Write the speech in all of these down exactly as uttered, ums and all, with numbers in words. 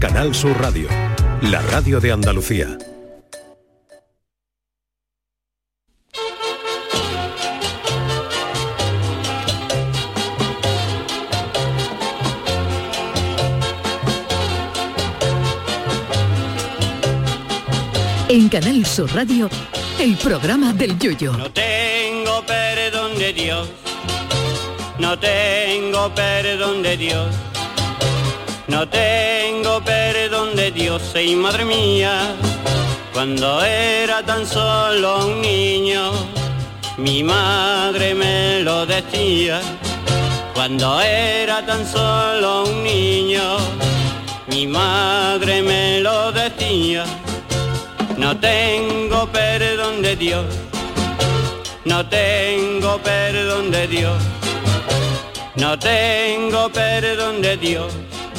Canal Sur Radio, la radio de Andalucía. En Canal Sur Radio, el programa del Yoyo. No tengo perdón de Dios, no tengo perdón de Dios, no tengo perdón de Dios, y madre mía, cuando era tan solo un niño, mi madre me lo decía, cuando era tan solo un niño, mi madre me lo decía. No tengo perdón de Dios, no tengo perdón de Dios, no tengo perdón de Dios,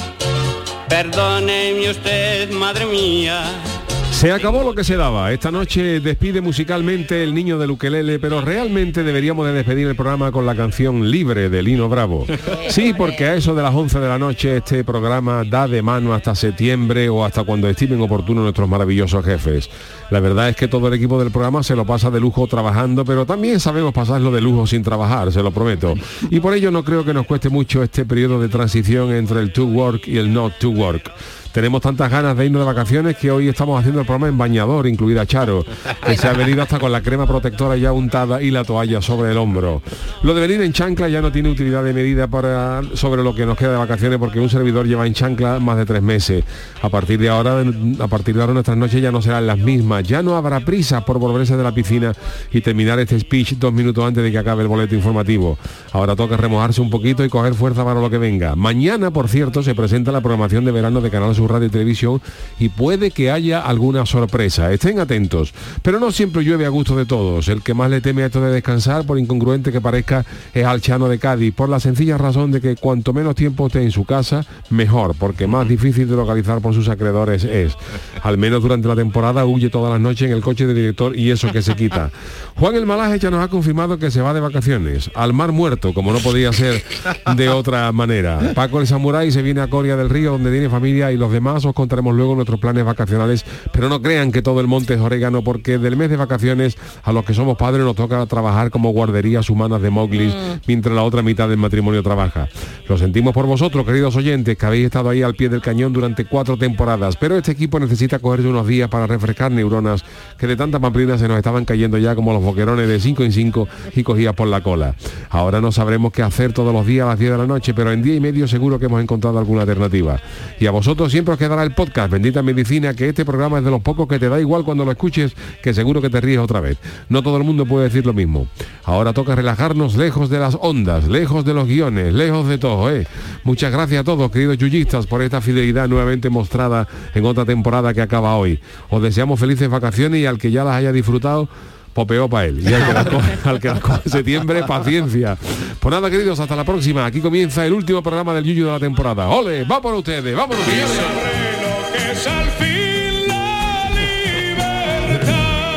perdóneme usted, madre mía. Se acabó lo que se daba. Esta noche despide musicalmente el niño del ukelele, pero realmente deberíamos de despedir el programa con la canción Libre de Lino Bravo. Sí, porque a eso de las once de la noche este programa da de mano hasta septiembre o hasta cuando estimen oportuno nuestros maravillosos jefes. La verdad es que todo el equipo del programa se lo pasa de lujo trabajando, pero también sabemos pasarlo de lujo sin trabajar, se lo prometo. Y por ello no creo que nos cueste mucho este periodo de transición entre el to work y el not to work. Tenemos tantas ganas de irnos de vacaciones que hoy estamos haciendo el programa en bañador, incluida Charo, que se ha venido hasta con la crema protectora ya untada y la toalla sobre el hombro. Lo de venir en chancla ya no tiene utilidad de medida para sobre lo que nos queda de vacaciones, porque un servidor lleva en chancla más de tres meses. A partir de ahora, a partir de ahora nuestras noches ya no serán las mismas. Ya no habrá prisa por volverse de la piscina y terminar este speech dos minutos antes de que acabe el boleto informativo. Ahora toca remojarse un poquito y coger fuerza para lo que venga. Mañana, por cierto, se presenta la programación de verano de Canal Sur Radio y Televisión y puede que haya alguna sorpresa. Estén atentos. Pero no siempre llueve a gusto de todos. El que más le teme a esto de descansar, por incongruente que parezca, es al Chano de Cádiz, por la sencilla razón de que cuanto menos tiempo esté en su casa, mejor, porque más difícil de localizar por sus acreedores es. Al menos durante la temporada huye todas las noches en el coche del director y eso que se quita. Juan el Malaje ya nos ha confirmado que se va de vacaciones, al Mar Muerto, como no podía ser de otra manera. Paco el Samurái se viene a Coria del Río, donde tiene familia, y los demás os contaremos luego nuestros planes vacacionales, pero no crean que todo el monte es orégano, porque del mes de vacaciones a los que somos padres nos toca trabajar como guarderías humanas de Mowgli, mm. mientras la otra mitad del matrimonio trabaja. Lo sentimos por vosotros, queridos oyentes, que habéis estado ahí al pie del cañón durante cuatro temporadas, pero este equipo necesita cogerse unos días para refrescar neuronas que de tanta pamplina se nos estaban cayendo ya como los boquerones de cinco en cinco y cogidas por la cola. Ahora no sabremos qué hacer todos los días a las diez de la noche, pero en día y medio seguro que hemos encontrado alguna alternativa. Y a vosotros siempre os quedará el podcast Bendita Medicina, que este programa es de los pocos que te da igual cuando lo escuches, que seguro que te ríes otra vez. No todo el mundo puede decir lo mismo. Ahora toca relajarnos lejos de las ondas, lejos de los guiones, lejos de todo, ¿eh? Muchas gracias a todos, queridos yuyistas, por esta fidelidad nuevamente mostrada en otra temporada que acaba hoy. Os deseamos felices vacaciones y al que ya las haya disfrutado, popeo para él. Y al que las coge, al que las coge en septiembre, paciencia. Pues nada, queridos, hasta la próxima. Aquí comienza el último programa del Yuyu de la temporada. ¡Ole! ¡Va por ustedes! ¡Vámonos! Es al fin la libertad.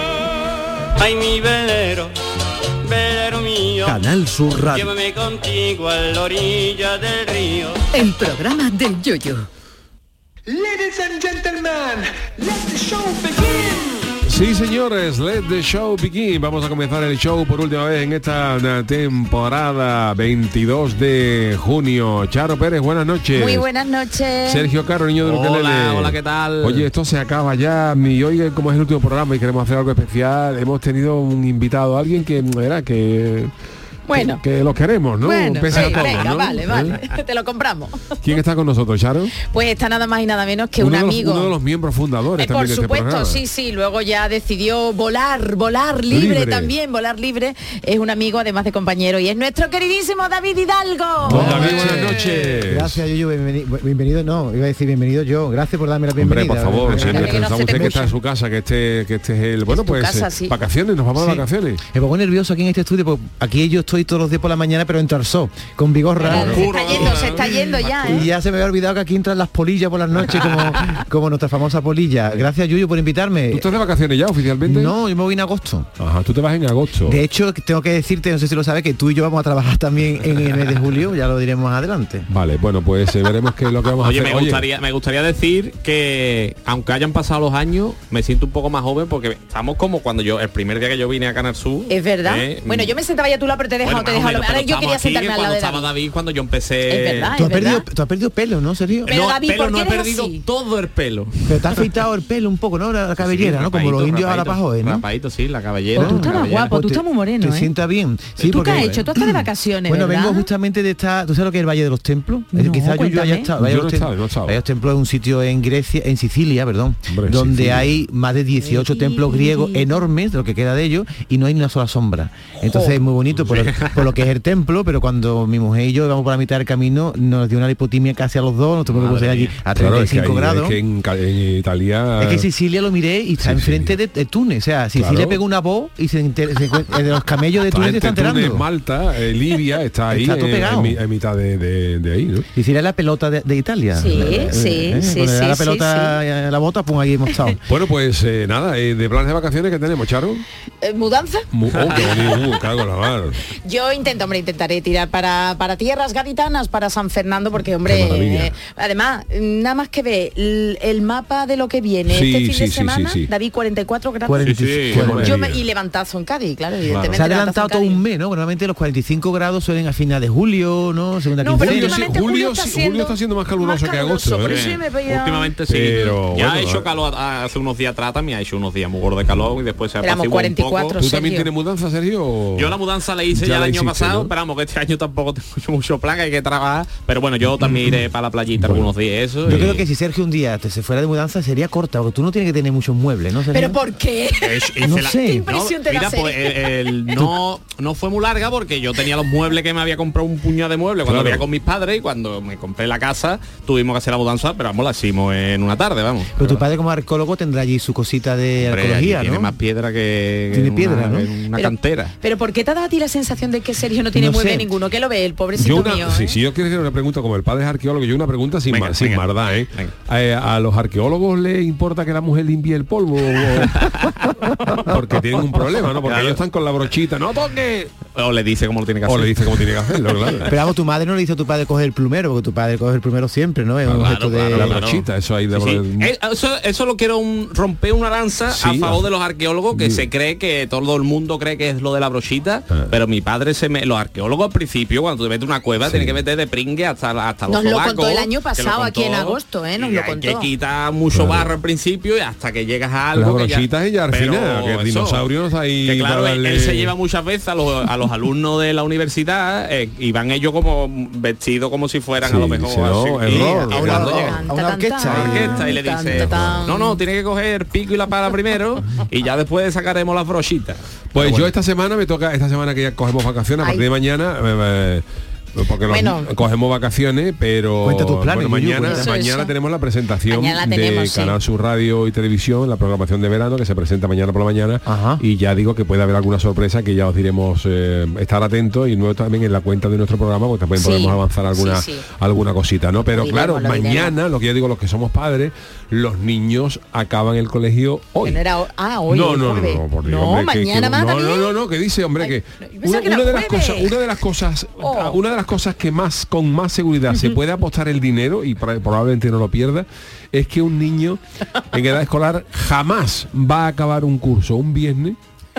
Ay, mi velero, velero mío, Canal Sur Radio. llévame contigo a la orilla del río. El programa del Yoyo. Ladies and gentlemen, let the show begin. Sí, señores, let the show begin. Vamos a comenzar el show por última vez en esta temporada, veintidós de junio. Charo Pérez, buenas noches. Muy buenas noches. Sergio Caro, niño de ukelele. Hola, hola, ¿qué tal? Oye, esto se acaba ya. Y hoy, como es el último programa y queremos hacer algo especial, hemos tenido un invitado, alguien que era que... Bueno, que, que lo queremos, ¿no? Bueno, Pese sí, a todo, venga, ¿no? vale, vale, ¿Eh? te lo compramos. ¿Quién está con nosotros, Charo? Pues está nada más y nada menos que uno un de los, amigo. Uno de los miembros fundadores Eh, también por de supuesto, este programa. sí, sí. Luego ya decidió volar, volar libre, Libre. también, volar libre. Es un amigo, además de compañero, y es nuestro queridísimo David Hidalgo. Don David, buenas noches. Gracias, Yuyu, bienvenido, bienvenido, no, iba a decir bienvenido yo. Gracias por darme la Hombre, bienvenida. por favor, siempre que no pensamos se te usted que escuche. está en su casa, que este, que este es el... Bueno, tu pues casa, eh, sí. vacaciones, nos vamos Sí. de vacaciones. Me pongo nervioso aquí en este estudio porque aquí yo estoy eso y todos los días por la mañana, pero entra el sol, con vigorra. Claro, se está yendo, se está yendo ya, ¿eh? Y ya se me había olvidado que aquí entran las polillas por las noches, como, como nuestra famosa polilla. Gracias, Yuyu, por invitarme. ¿Tú estás de vacaciones ya oficialmente? No, yo me voy en agosto. Ajá, tú te vas en agosto. De hecho, tengo que decirte, no sé si lo sabes, que tú y yo vamos a trabajar también en el mes de julio, ya lo diremos más adelante. Vale, bueno, pues eh, veremos qué es lo que vamos Oye, a hacer. me gustaría, me gustaría decir que aunque hayan pasado los años, me siento un poco más joven porque estamos como cuando yo, el primer día que yo vine a Canal Sur. Es verdad. Eh, bueno, yo me sentaba ya a tu lado, pero te he dejado, bueno, te he dejado. menos, Ahora yo quería aquí sentarme al lado de estaba David. David cuando yo empecé. Es verdad, ¿Tú es has, perdido, verdad. tú has perdido pelo, ¿no, Sergio? Pero no, David, pelo ¿por no qué he eres perdido así? todo el pelo. Pero te has afeitado el pelo un poco, ¿no? La, la cabellera, Sí, ¿no? Como los rapadito, indios ahora para rapadito, joven, ¿no? Rapadito, sí, la cabellera. Pues tú estás la más cabellera. guapo, tú Te- estás muy moreno, Te ¿eh? sienta bien. Sí, ¿Tú qué porque, has hecho? Tú estás de vacaciones, Bueno, ¿verdad? vengo justamente de estar... ¿Tú sabes lo que es el Valle de los Templos? No, Quizás Yuyu haya cuéntame. estado. Valle Yo de no los he Tem- estado, no he estado. Valle de los Templos es un sitio en Grecia, en Sicilia, perdón, Hombre, donde Sicilia. hay más de dieciocho templos griegos enormes, de lo que queda de ellos, y no hay ni una sola sombra. Entonces es muy bonito por, por lo que es el templo, pero cuando mi mujer y yo vamos por la mitad del camino, nos dio una lipotimia casi a los dos, nos tuvimos que poner allí a Claro, treinta y es que, cinco ahí- grados. es que en, Ca- en Italia... Es que Sicilia lo miré y está Sicilia. enfrente de, de Túnez. O sea, Sicilia Claro. pega una voz y se, enter- se encuentra- de los camellos de Está Túnez se entre están Túnez, enterando. Malta, eh, Libia, está ahí Está todo eh, pegado. en, mi- en mitad de, de- de ahí, ¿no? Sicilia es la pelota de, de Italia. Sí, Eh, sí, eh, sí, cuando le da sí, la sí, pelota sí. a la bota, pues ahí hemos estado. Bueno, pues eh, nada, eh, de planes de vacaciones que tenemos, Charo. Eh, ¿Mudanza? Mu- oh, qué bonito, uh, cago en la mar. Yo intento, hombre, intentaré tirar para, para tierras gaditanas, para San Fernando, porque, Qué hombre, maravilla. eh, además, nada más que ve el, el mapa de lo que viene Sí, este fin sí, de sí, semana, sí, sí. David, cuarenta y cuatro grados. cuarenta y Sí, sí, cinco. qué Bueno, Yo maravilla. me- y levantazo en Cádiz, claro, evidentemente. se ha levantazo adelantado en todo Cádiz. un mes, ¿no? Normalmente los cuarenta y cinco grados suelen a finales de julio, ¿no? Segunda No, pero Julio, quincena. sí, últimamente julio, Julio está sí, siendo Julio está siendo más caluroso más que agosto, caluroso, ¿eh? pero sí me veía- Últimamente sí. Pero, ya bueno, ha hecho eh. calor a- hace unos días atrás, también ha hecho unos días muy gordo de calor y después se ha Éramos apaciguado un cuarenta y cuatro. poco. ¿Tú Sergio. también tienes mudanza, Sergio? o- Yo la mudanza la hice Ya ya, la el año hiciste, pasado, ¿no? pero vamos, que este año tampoco tengo mucho, mucho plan, hay que trabajar. Pero bueno, yo también iré para la playita Bueno. algunos días, eso. Yo y- creo que si Sergio un día te se fuera de mudanza sería corta, porque tú no tienes que tener muchos muebles, ¿no, Sergio? ¿Pero por qué? Es- hice No la- sé. ¿Qué impresión te da, mira, pues Sergio? el- el- no, no fue muy larga porque yo tenía los muebles que me había comprado un puñado de muebles cuando Claro. vivía con mis padres y cuando me compré la casa tuvimos que hacer la mudanza, pero vamos, la hicimos en una tarde, vamos. Pero tu padre como arqueólogo tendrá allí su cosita de Hombre, arqueología, allí ¿no? tiene más piedra que Tiene una- piedra, ¿no? una Pero- cantera. Pero ¿por qué te ha dado a ti la sensación de que Sergio no tiene No mueble sé. ninguno? ¿Qué lo ve el pobrecito Yo una, mío? sí, ¿eh? si yo quiero hacer una pregunta como el padre es arqueólogo, yo una pregunta sin, Venga, ma- sin venga. maldad, ¿eh? Venga. Eh, ¿A los arqueólogos les importa que la mujer limpie el polvo? O- porque tienen un problema, ¿no? Porque Claro. ellos están con la brochita, ¡no toque! O le dice cómo lo tiene que O hacer. le dice cómo tiene que hacerlo, claro. Pero vamos, tu madre no le dice a tu padre coger el plumero, porque tu padre coge el plumero siempre, ¿no? Es un Claro, gesto de... claro, La claro. brochita, eso ahí de... Sí, sí. Eh, Eso, eso lo quiero un- romper una lanza Sí, a favor ah. de los arqueólogos que Sí. se cree que todo el mundo cree que es lo de la brochita, Ah. pero mi padre se me, los arqueólogos al principio cuando te metes una cueva Sí. tiene que meter de pringue hasta, hasta los Nos lo sobacos, contó el año que lo pasado aquí en contó, agosto, ¿eh? Nos y lo hay contó. que quitar mucho Claro. barro al principio y hasta que llegas a algo Las que ya- brochitas y ya al pero final, que el eso, dinosaurio no está ahí que claro, para él, darle- él se lleva muchas veces a los, a los alumnos de la universidad eh, y van ellos como vestidos como si fueran Sí, a lo mejor sí, no, así. Y- error, y a una- cuando error. llegan- a una orquesta, a la y- orquesta y le Tan, dice tan, tan. no, no, tiene que coger el pico y la pala primero y ya después sacaremos las brochitas. Pues Pero yo bueno. esta semana me toca, esta semana que ya cogemos vacaciones, a partir Ay. de mañana, eh, eh, porque los- Bueno. cogemos vacaciones, pero Cuenta tus planes, bueno, Yuyu, mañana, cuenta. Eso, mañana eso. tenemos la presentación Mañana la tenemos, de sí. Canal Sur Radio y Televisión, la programación de verano que se presenta mañana por la mañana. Ajá. Y ya digo que puede haber alguna sorpresa que ya os diremos, eh, estar atentos y luego también en la cuenta de nuestro programa, porque también Sí, podemos avanzar alguna sí, sí. alguna cosita, ¿no? Pero Lo claro, diremos, lo mañana, diremos. lo que yo digo, los que somos padres, los niños acaban el colegio hoy. Que no era ho- ah, hoy, no, el no, no, jueves. no, por Dios, No, hombre, que- que- mañana más no, también. no, no, no, que dice, hombre, Ay, que yo pensaba una, que era una de las jueves. cosas, una de las cosas, Oh. una de las cosas que más con más seguridad se puede apostar el dinero y pra- probablemente no lo pierda, es que un niño en edad escolar jamás va a acabar un curso un viernes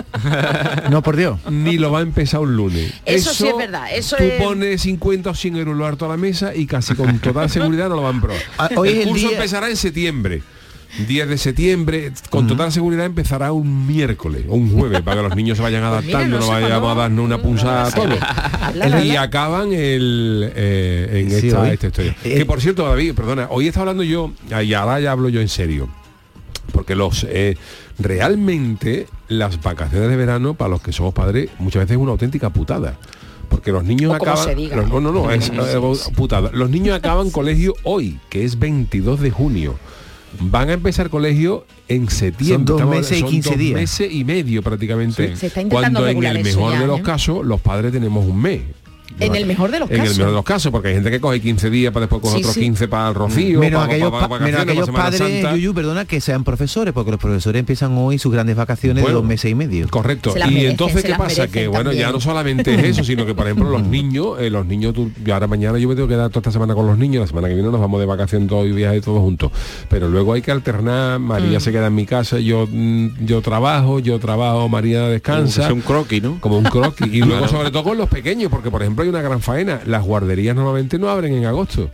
No, por Dios. ni lo va a empezar un lunes. Eso sí es verdad, eso tú es- pones cincuenta o cien euros lo harto a la mesa y casi con total seguridad no lo van a probar. Ah, hoy es el el curso día- empezará en septiembre. diez de septiembre, con total seguridad empezará un miércoles o un jueves para que los niños se vayan Pues mira, adaptando, no no sé vayamos cuándo- a darnos una punzada a todos. Habla, Y habla. acaban el eh, en Sí, esta, hoy. esta historia. Eh, Que por cierto, David, perdona, hoy está hablando yo, y ahora ya hablo yo en serio. Porque los eh, realmente las vacaciones de verano para los que somos padres muchas veces es una auténtica putada. Porque los niños O como acaban. se diga. los- no, no, no, es eh, putada. Los niños acaban colegio hoy, que es veintidós de junio. van a empezar colegio en septiembre. Son dos Estamos- meses y son quince dos días. meses y medio prácticamente. Sí, se está intentando cuando en regular el eso mejor ya, de los ¿eh? casos, los padres tenemos un mes. En el mejor de los En el casos. mejor de los casos, porque hay gente que coge quince días para después coger Sí, otros sí. quince para el rocío, Menos para, aquellos, para- pa- para menos vacaciones, aquellos para Semana padres, Santa. Yuyu, perdona, que sean profesores, porque los profesores empiezan hoy sus grandes vacaciones Bueno, de dos meses y medio. Correcto. Se las Y merecen, entonces, se ¿qué las pasa? merecen Que bueno, ya también. no solamente es eso, sino que, por ejemplo, los niños, eh, los niños, tú, yo ahora mañana yo me tengo que dar toda esta semana con los niños, la semana que viene nos vamos de vacaciones todos y viaje todos juntos. Pero luego hay que alternar, María Mm. se queda en mi casa, yo mm, yo trabajo, yo trabajo, María descansa. Es un croquis, ¿no? Como un croquis. Y luego, sobre todo con los pequeños, porque por ejemplo hay una gran faena. Las guarderías normalmente no abren en agosto.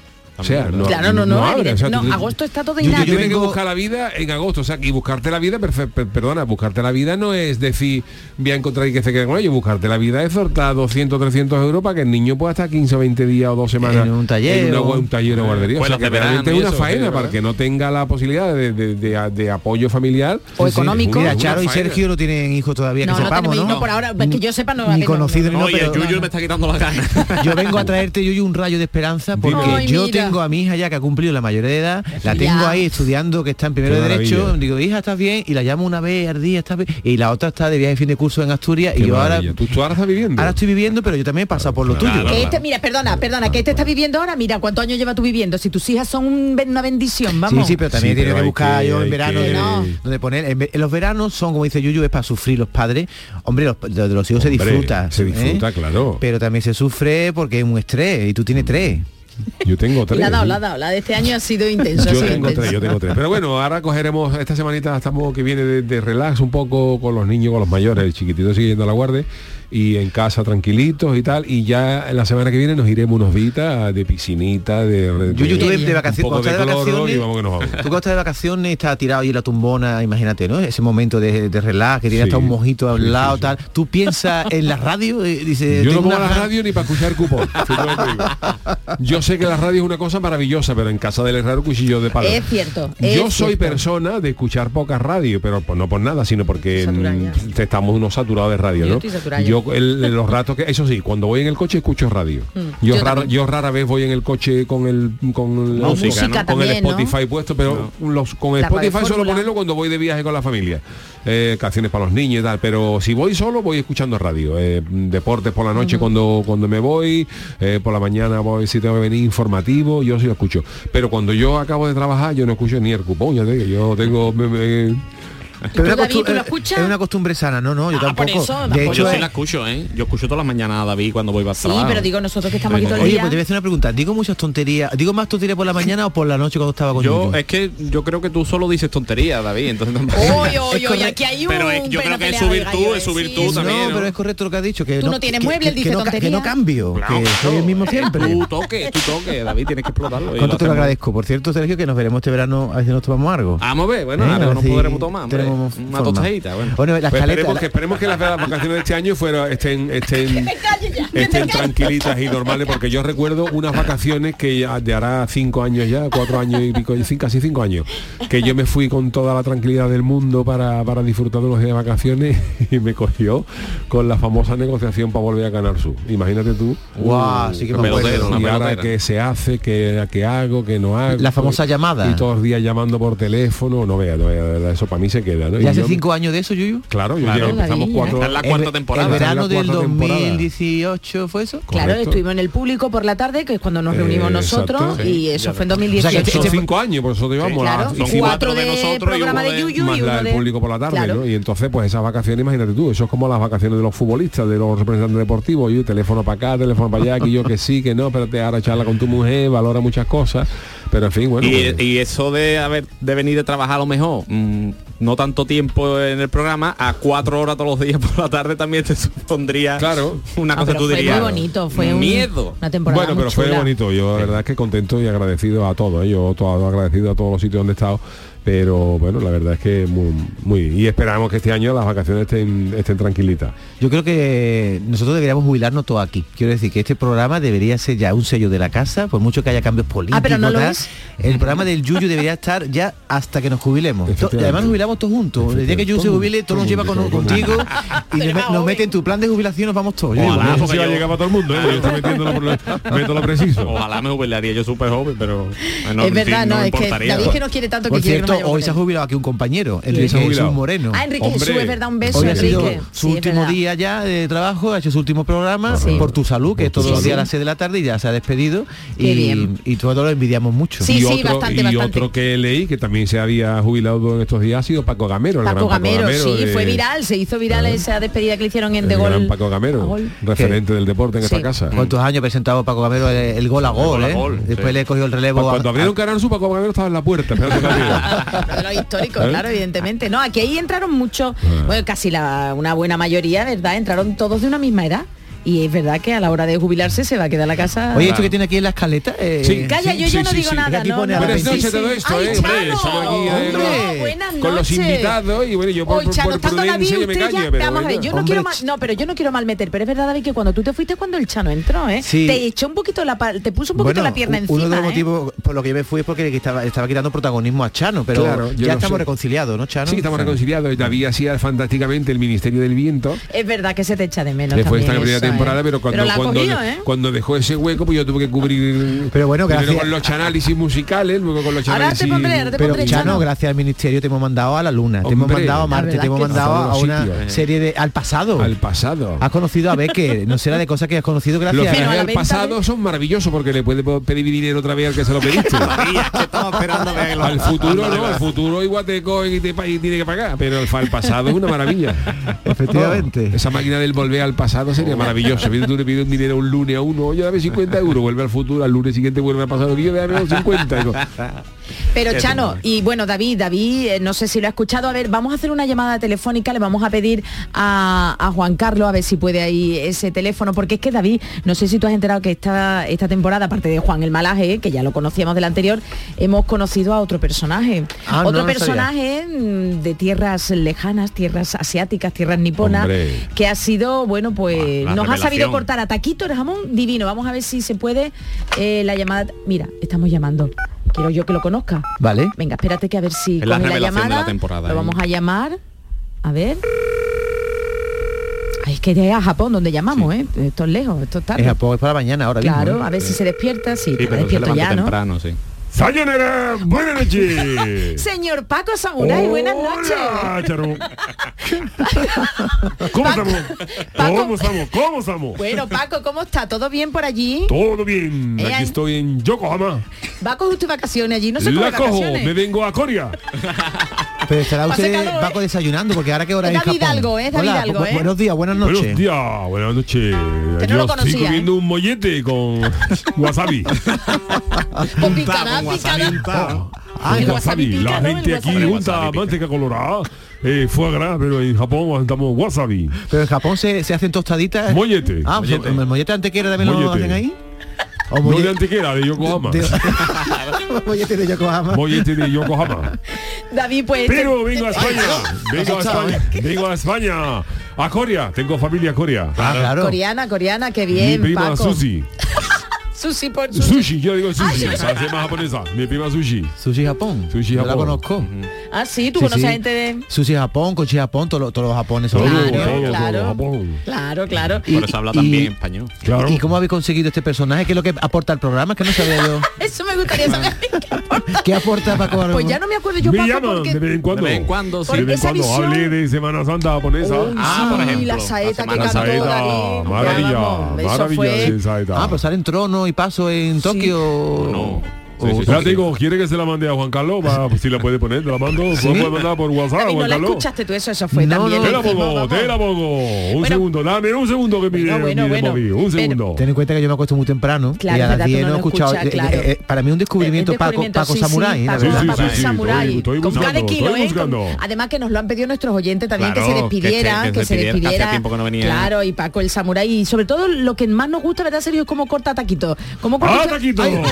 O sea, no, Claro, no, no, abren. O sea, no, tú- agosto está todo y yo, yo nada. tienes que vengo- buscar la vida en agosto, o sea, y buscarte la vida, perfe- per- perdona, buscarte la vida no es decir, voy a encontrar y que se quede con ellos, buscarte la vida es soltar doscientos, trescientos euros para que el niño pueda estar quince o veinte días o dos semanas En un taller en una- o- un taller o guardería. O sea, Escuelas que de verano realmente es y una eso, faena sí, para ¿verdad? que no tenga la posibilidad de, de- de- de apoyo familiar. O Sí, sí. económico. Mira, Una Charo y faena. Sergio no tienen hijos todavía, No, que no sepamos, tenemos ¿no? hijos por ahora, que yo sepa, no, a Ni ver, no, conocido no, ni Oye, no, pero- Yuyu me está quitando la gana. Yo vengo a traerte, Yuyu, un rayo de esperanza porque Ay, yo mira. tengo a mi hija ya que ha cumplido la mayoría de edad, la tengo Ya. ahí estudiando, que está en primero Qué de Derecho, maravilla. digo, hija, ¿estás bien? Y la llamo una vez al día, ¿estás bien? Y la otra está de viaje de fin de curso en Asturias y Qué yo ahora, maravilla. ¿Tú, tú ahora estás viviendo? ahora estoy viviendo, pero yo también he pasado por lo Claro. tuyo. Que este, mira, perdona, perdona, que este está viviendo ahora, mira, ¿cuántos años lleva tú viviendo? Si tus hijas son un- una bendición, Sí, vamos. sí, pero también Sí, tiene pero que hay buscar que- yo en hay verano que- de- No. donde poner. En, ve- en los veranos son, como dice Yuyu, es para sufrir los padres. Hombre, los, de los hijos se Hombre, disfruta. se ¿eh? disfruta, claro. Pero también se sufre porque es un estrés y tú tienes tres. Yo tengo tres. La ha dado, ¿sí? la ha dado, la de este año ha sido intenso. ha Yo sido tengo intenso. tres, yo tengo tres. Pero bueno, ahora cogeremos, esta semanita estamos que viene de, de relax un poco con los niños, con los mayores, el chiquitito sigue yendo a la guardia y en casa tranquilitos y tal, y ya en la semana que viene nos iremos unos días de piscinita, de, de, Yuyu, tú Qué de, bien. de un vacaciones, poco cuando de estás de cloro vacaciones, y vamos que nos vamos. tú cuando estás de vacaciones y estás tirado ahí en la tumbona, imagínate, ¿no? Ese momento de, de relax, que tiene Sí, hasta un mojito al sí, sí, lado, sí. tal. Tú piensas en la radio y dices, Yo no tengo pongo una la ra- radio ni para escuchar cupón. si te lo digo. Yo sé que la radio es una cosa maravillosa, pero en casa del herrero cuchillo de palo. Es cierto. Yo es soy cierto. persona de escuchar poca radio, pero pues no por nada, sino porque Saturada ya. mm, estamos unos saturados de radio, Yo ¿no? estoy saturada Yo el- los ratos que, eso sí, cuando voy en el coche escucho radio. Mm, Yo, yo rara, también. yo rara vez voy en el coche con el con, la- Música, con- ¿no? con el también, ¿no? Spotify puesto, pero los, con el La Spotify suelo radiofórmula. ponerlo cuando voy de viaje con la familia. Eh, canciones para los niños y tal, pero si voy solo voy escuchando radio. Eh, deportes por la noche cuando cuando me voy, eh, por la mañana voy si tengo que venir informativo, yo sí lo escucho. Pero cuando yo acabo de trabajar yo no escucho ni el cupón, ya te digo, yo tengo me- me- Pero ¿Y es tú, una David, costu- tú lo es- escuchas? Es una costumbre sana, no, no, yo Ah, por tampoco. eso, de tampoco. hecho, Yo sí es- la escucho, ¿eh? Yo escucho todas las mañanas a David cuando voy para Sí, trabajar. pero digo, nosotros que estamos aquí todo el oye, día. pues te voy a hacer una pregunta. Digo muchas tonterías. Digo más tonterías por la mañana o por la noche cuando estaba con Yo, Yuyu? es que yo creo que tú solo dices tonterías, David, entonces tampoco... Oye, oye, oye, aquí hay un... Pero es- yo creo que es pelea su de virtud, gallo, es su sí, virtud sí. también. No, ¿no? pero es correcto lo que has dicho, que Tú no tienes mueble, él que, dice no, ca- que tontería. no cambio, Claro, que soy el mismo siempre. Tú toque, tú toque, David, tienes que explotarlo. y ¿Cuánto te lo hacemos. agradezco? Por cierto, Sergio, que nos veremos este verano, a ver si nos tomamos algo. Vamos a ver, bueno, ¿Eh? ahora A ver nos si podremos tomar, hombre. tenemos Una forma. tostadita, bueno. Bueno, la Pues escaleta... esperemos, la- que, esperemos que las vacaciones de este año fuera, estén, estén, estén tranquilitas y normales, porque yo recuerdo unas vacaciones que ya de hará cinco años ya, cuatro años y pico, y cinco, casi cinco años, que yo me fui con toda la tranquilidad del mundo para, para disfrutar de los días de vacaciones y me cogió con la famosa negociación para volver a Canal Sur. Imagínate tú. Guau, sí que me pelotero, acuerdo. una Y ahora pelotera. qué se hace, qué, qué hago, qué no hago. La famosa llamada. Y todos los días llamando por teléfono, no vea, no vea, de verdad, eso para mí se queda, ¿no? Y ¿Ya hace yo- cinco años de eso, Yuyu? Claro, yo Claro, ya empezamos maravilla, cuatro. Esta es la cuarta El- temporada. El Esta es la verano del cuarta temporada. dos mil dieciocho, ¿fue eso? Claro, Correcto. estuvimos en el público por la tarde, que es cuando nos reunimos Eh, nosotros, exacto. y eso Ya fue en ves. dos mil O sea que dieciocho. Son este- cinco años, por eso te llevamos Claro, la, hicimos cuatro de de, nosotros y programa uno de de- Yuyu más y la uno del de... público por la tarde, Claro. ¿no? Y entonces pues esas vacaciones, imagínate tú, eso es como las vacaciones de los futbolistas, de los representantes deportivos, y teléfono para acá, teléfono para allá, que yo que sí, que no, espérate, ahora charla con tu mujer, valora muchas cosas, pero en fin, bueno. Y, pues, y eso de haber de venir de trabajar a lo mejor mm, no tanto tiempo en el programa, a cuatro horas todos los días por la tarde también te supondría Claro. una Ah, cosa pero tú fue dirías. muy bonito, fue un- miedo. una temporada bueno, muy pero fue chula. bonito, yo la verdad es que contento y agradecido a todos, ¿eh? Yo todo agradecido a todos los sitios donde he estado, pero bueno, la verdad es que muy, muy y esperamos que este año las vacaciones estén, estén tranquilitas. Yo creo que nosotros deberíamos jubilarnos todos aquí. Quiero decir que este programa debería ser ya un sello de la casa, por mucho que haya cambios políticos. Ah, pero no lo tal. es? El programa del Yuyu debería estar ya hasta que nos jubilemos. To- y además nos jubilamos todos juntos. El día que Yuyu se jubile, todos nos lleva con, contigo y nos, me- nos mete en tu plan de jubilación, nos vamos todos. Yo digo, Ojalá, bueno, Eso sí va a llegar para todo el mundo, ¿eh? Yo estoy metiéndolo por lo, meto lo preciso. Ojalá me jubilaría yo súper joven, pero bueno, Es verdad, sí, no, me es que importaría. David que nos quiere tanto que por quiere cierto, que nos vaya hoy se ha con él. jubilado aquí un compañero, ¿Quién Enrique se ha jubilado? Jesús Moreno. Ah, Enrique Hombre. Jesús, es verdad, un beso, Hoy ha sido Enrique. su Sí, es último verdad. día ya de trabajo, ha hecho su último programa Sí. por tu salud, que es todos Sí, los días sí. a las seis de la tarde y ya se ha despedido. Qué y, bien. y todos lo envidiamos mucho. Sí, y sí, otro, bastante, y bastante. otro que leí que también se había jubilado en estos días ha sido Paco Gamero. el Paco gran Gamero, sí, de- fue viral, se hizo viral esa despedida que le hicieron en el De gran Gol. Paco a Gamero, Gol. referente del deporte en Sí. esta casa. ¿Cuántos años ha presentado Paco Gamero el, el gol a gol, gol a eh? gol, Después sí. le cogió el relevo a- Cuando abrieron a- Canal Sur, Paco Gamero estaba en la puerta esperando que abriera. De los históricos, ¿Eh? claro, evidentemente. No, aquí ahí entraron muchos, bueno, casi la, una buena mayoría, ¿verdad? Entraron todos de una misma edad. Y es verdad que a la hora de jubilarse se va a quedar la casa. Oye, esto que tiene aquí en la escaleta. eh, Sí. Calla, yo sí, ya no sí, digo sí. nada. Aquí no, pone no, a las Buenas sí, noches sí. todo esto, Ay, ¿eh? Hombre, Chano, estamos aquí eh, hombre, buenas con los noches. invitados y bueno, yo por, Hoy, por, Chano, por estando David, prudencia yo me usted callo, ya, pero vamos a ver, bueno. yo no Hombre, quiero mal, no, pero yo no quiero mal meter, pero es verdad, David, que cuando tú te fuiste cuando el Chano entró, ¿eh? Sí. Te echó un poquito la pa- te puso un poquito Bueno, la pierna u- encima. uno de los ¿eh? motivos por lo que yo me fui es porque le estaba, estaba quitando protagonismo a Chano, pero Claro, yo ya lo estamos sé. reconciliados, ¿no, Chano? Sí, estamos O sea, reconciliados. David hacía fantásticamente el Ministerio del Viento. Es verdad que se te echa de menos. Después de esta también primera eso, temporada, ¿eh? pero cuando, la ha cuando, cogido, ¿eh? cuando dejó ese hueco, pues yo tuve que cubrir Pero bueno, primero gracias- con los análisis musicales, luego con los Ahora análisis. te pondré, ahora te Pero pondré, Chano, Chano. gracias al ministerio te hemos mandado a la luna, te hemos Hombre, mandado a la Marte, verdad te hemos que mandado a a todos una los sitios. serie de al pasado. Al pasado. Has conocido a Becker, no será de cosas que has conocido Los gracias Pero a viajes la al venta pasado de- son maravillosos porque le puede pedir dinero otra vez al que se lo pediste. Estaba esperando que lo- Al futuro no, al futuro igual te coge y te pa- y tiene que pagar, pero al, fa- al pasado es una maravilla. Efectivamente. Oh, esa máquina del volver al pasado sería maravillosa. Tú le pides un dinero un lunes a uno, oye, dame cincuenta euros, vuelve al futuro, al lunes siguiente vuelve al pasado, que yo dame los cincuenta. Digo, Pero Chano, y bueno, David, David, eh, no sé si lo ha escuchado, a ver, vamos a hacer una llamada telefónica, le vamos a pedir a, a Juan Carlos a ver si puede ahí ese teléfono, porque es que David, no sé si tú has enterado que esta, esta temporada, aparte de Juan el Malaje, que ya lo conocíamos del anterior, hemos conocido a otro personaje. Ah, no, otro no lo personaje mm, de tierras lejanas, tierras asiáticas, tierras niponas, Hombre. que ha sido, bueno, pues Buah, la nos ha sabido revelación. cortar a taquito el jamón divino. Vamos a ver si se puede eh, la llamada. Mira, estamos llamando. Quiero yo que lo conozca. Vale. Venga, espérate que a ver si Es la coge la revelación de llamada. la temporada, Lo ¿eh? vamos a llamar. A ver. Ay, es que es a Japón donde llamamos, ¿eh? Esto es lejos, esto es tarde. Es Japón, es para mañana ahora Claro, mismo. ¿eh? a ver si se despierta. Sí, Sí, está pero se despierto levanta ya, ¿no? temprano, sí. ¡Sayonara! ¡Buenas noches! Señor Paco Samurai, buenas noches. Hola, Charo. ¿Cómo Paco- estamos? Paco- ¿Cómo estamos? ¿Cómo estamos? Bueno, Paco, ¿cómo está? ¿Todo bien por allí? Todo bien. Eh, Aquí estoy en Yokohama. ¿Va a coger usted vacaciones allí? No se coge La cojo. vacaciones. Me vengo a Corea. Pero estará Pase usted calor, ¿eh? Paco desayunando, porque ahora que hora Es es en David Japón. Hidalgo, ¿eh? Es David Hola, Hidalgo, bu- ¿eh? Buenos días, buenas noches. Buenos días, buenas noches. no Yo lo estoy conocía, comiendo un mollete con wasabi. Pues picará, picará. Ah, El el wasabi wasabi. pica, La ¿no? gente El aquí wasabi. junta wasabi pica. manteca colorada, eh, foie gras, pero en Japón aguantamos wasabi. Pero en Japón se, se hacen tostaditas. Mollete. Ah, Mollete. ¿el mollete de antequera también lo Mollete. hacen ahí? ¿O No de molle- Antequera, de Yokohama. de- mollete de Yokohama? Mollete de Yokohama. David, pues... Pero vengo a España. Vengo a asustado, España. Vengo a España. A Corea. Tengo familia Corea. Ah, claro. Coreana, coreana, qué Mi bien, prima Paco. Sushi. Sushi por sushi. Sushi, yo digo sushi. Para ser más japonesa. Mi prima Sushi. Sushi Japón. Sushi Yo la Japón. conozco. Ah, sí, tú Sí, conoces sí. a gente de... Sushi Japón, Cochi Japón, todos los- todos los japoneses son Todo, Claro, todo, claro. todo, Japón. Claro, claro. Y- Por eso habla y- también español. Claro. ¿Y cómo habéis conseguido este personaje? ¿Qué es lo que aporta al programa? Que no sabía yo. Eso me gustaría saber. ¿Qué aporta? ¿Qué aporta Paco? Pues ya no me acuerdo yo, Me Paco, llaman porque... de vez en cuando. De vez en cuando, sí. De vez en Esa cuando visión- hablé de Semana Santa japonesa. Uy, Ah, sí, por ejemplo, la la saeta que Semana cantó Saeta, David. maravilla, Ya, vamos, eso maravilla fue- sí, Saeta. Ah, pero salen trono y paso en Tokio. No. O- Sí, sí, Ya sí. te digo, ¿quiere que se la mande a Juan Carlos? Va, pues, si la puede poner, te la mando. ¿Sí? ¿Puedo mandar por WhatsApp, David, no Juan la Carlos? escuchaste tú, eso, eso fue No, también. no, Te la lo hicimos, pongo, vamos. te la pongo. Un Bueno. segundo, dame un segundo que mire, Bueno, bueno, mire bueno. móvil. Un Pero- segundo. Ten en cuenta que yo me acuesto muy temprano Claro, y a es las verdad, tú diez no no he lo escuchado. escuchas, eh, claro. eh, eh, para mí un descubrimiento, El Paco, descubrimiento, Paco sí, Samurai. sí, la Paco, Sí, verdad. sí, Paco sí, sí, Samurai. estoy- estoy Con cada buscando, kilo, estoy ¿eh? buscando. Con- además que nos lo han pedido nuestros oyentes también, Claro, que se que despidieran, se- que, que se se despidiera, que hacía despidiera. tiempo que no venía. Claro, y Paco el Samurai. Y sobre todo lo que más nos gusta, ¿verdad, Sergio? Es cómo corta taquito. ¿Cómo corta ¡Ah, taquito! Bueno,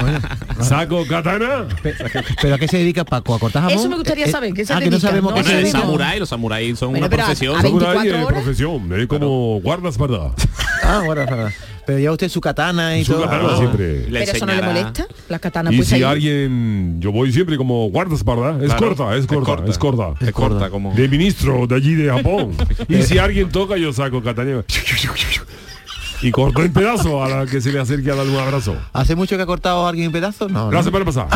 Saco katana. pe- ¿Pero a qué se dedica Paco? ¿A cortar jamón? Eso me gustaría Eh, eh, saber, ¿qué se ah, que no dedica? sabemos No qué Eso se sé, es dedica. no. samurái, los samuráis son Bueno, una pero a- profesión. a Samurai veinticuatro es horas. profesión, es como guardaespaldas. Ah, bueno, pero ya usted su katana y su todo. katana Ah, siempre. Pero eso no le molesta, las katanas Y pues si ahí. alguien, yo voy siempre como guardaespaldas, es Claro, corta, es corta, es corta. Es corta como... De ministro de allí de Japón. Y si alguien toca, yo saco katana y corto en pedazos a la que se le acerque a darle un abrazo. ¿Hace mucho que ha cortado a alguien en pedazos? No, La no. semana pasada.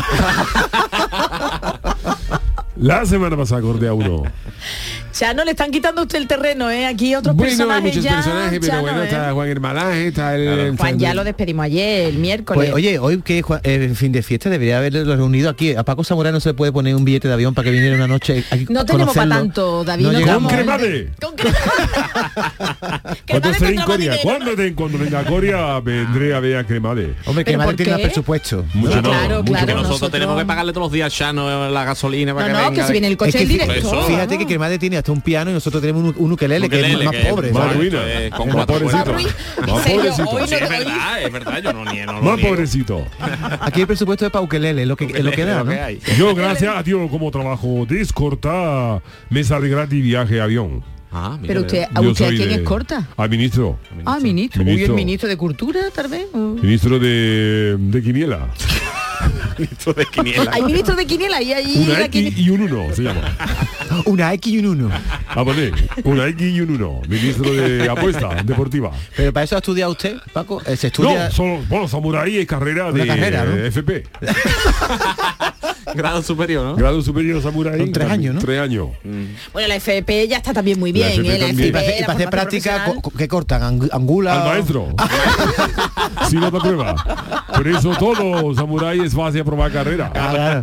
La semana pasada corté a uno. Chano, le están quitando a usted el terreno, ¿eh? Aquí otros Bueno, hay personajes muchos ya, personajes, pero Chano, bueno, ¿eh? está Juan Hermalaje, está el... Juan ya lo despedimos ayer, el miércoles. Pues, oye, hoy que Juan- eh, en fin de fiesta debería haberlo reunido aquí. A Paco Zamorano no se le puede poner un billete de avión para que viniera una noche aquí. no a tenemos para conocerlo. tanto, David. No no llegamos. tenemos- ¡Con cremade! Con cremade. Cuando Cremade esté en tendrá más Corea, dinero. cuando, te- cuando venga a Corea, vendré a ver a Cremade. Hombre, que ¿Pero madre por tiene más qué? presupuesto. Mucho Sí, no, claro, mucho claro, Que no. nosotros, nosotros- tenemos que pagarle todos los días a Chano la gasolina para No, que no, venga. que si viene el coche Es que en fí- directo. Eso. Fíjate que Cremade tiene hasta un piano y nosotros tenemos un, un ukelele, que es Ukelele, más que es pobre. más ¿sabes? ruina. Eh, con Más cuatro pobrecito. cuerdas. Más Serio, pobrecito. hoy Sí, no- es verdad, es verdad, yo no niego. No lo Más niego. pobrecito. Aquí el presupuesto es para ukelele, lo que, es lo que da, Lo ¿no? que hay. Yo, gracias a Dios, como trabajo de escorta, me sale gratis viaje avión. Ah, mira, Pero usted, ¿a Yo usted a soy quién de- es corta? Al ministro. Ah, ministro. Uy, Ministro. el ministro de Cultura, tal vez. Uh. Ministro de, de Quiniela. ministro de quiniela. Hay ministro de Quiniela y hay Una la X quini- y un uno se llama. Una X y un uno. A poner, una X y un uno. Ministro de apuesta deportiva. Pero para eso ha estudiado usted, Paco. Eh, se estudia. No, solo, bueno, Samurai es carrera de carrera, ¿no? eh, F P. Grado superior, ¿no? Grado superior Samurai. Son tres años, ¿no? Tres años. Bueno, la F P ya está también muy La bien, F P ¿eh? La también. Y para F P, hacer, y la para hacer formación práctica, profesional. co- ¿qué cortan? Ang- ¿Angula? Al o- maestro. Si no te prueba. Por eso todo Samurai es fácil aprobar carrera. Ah,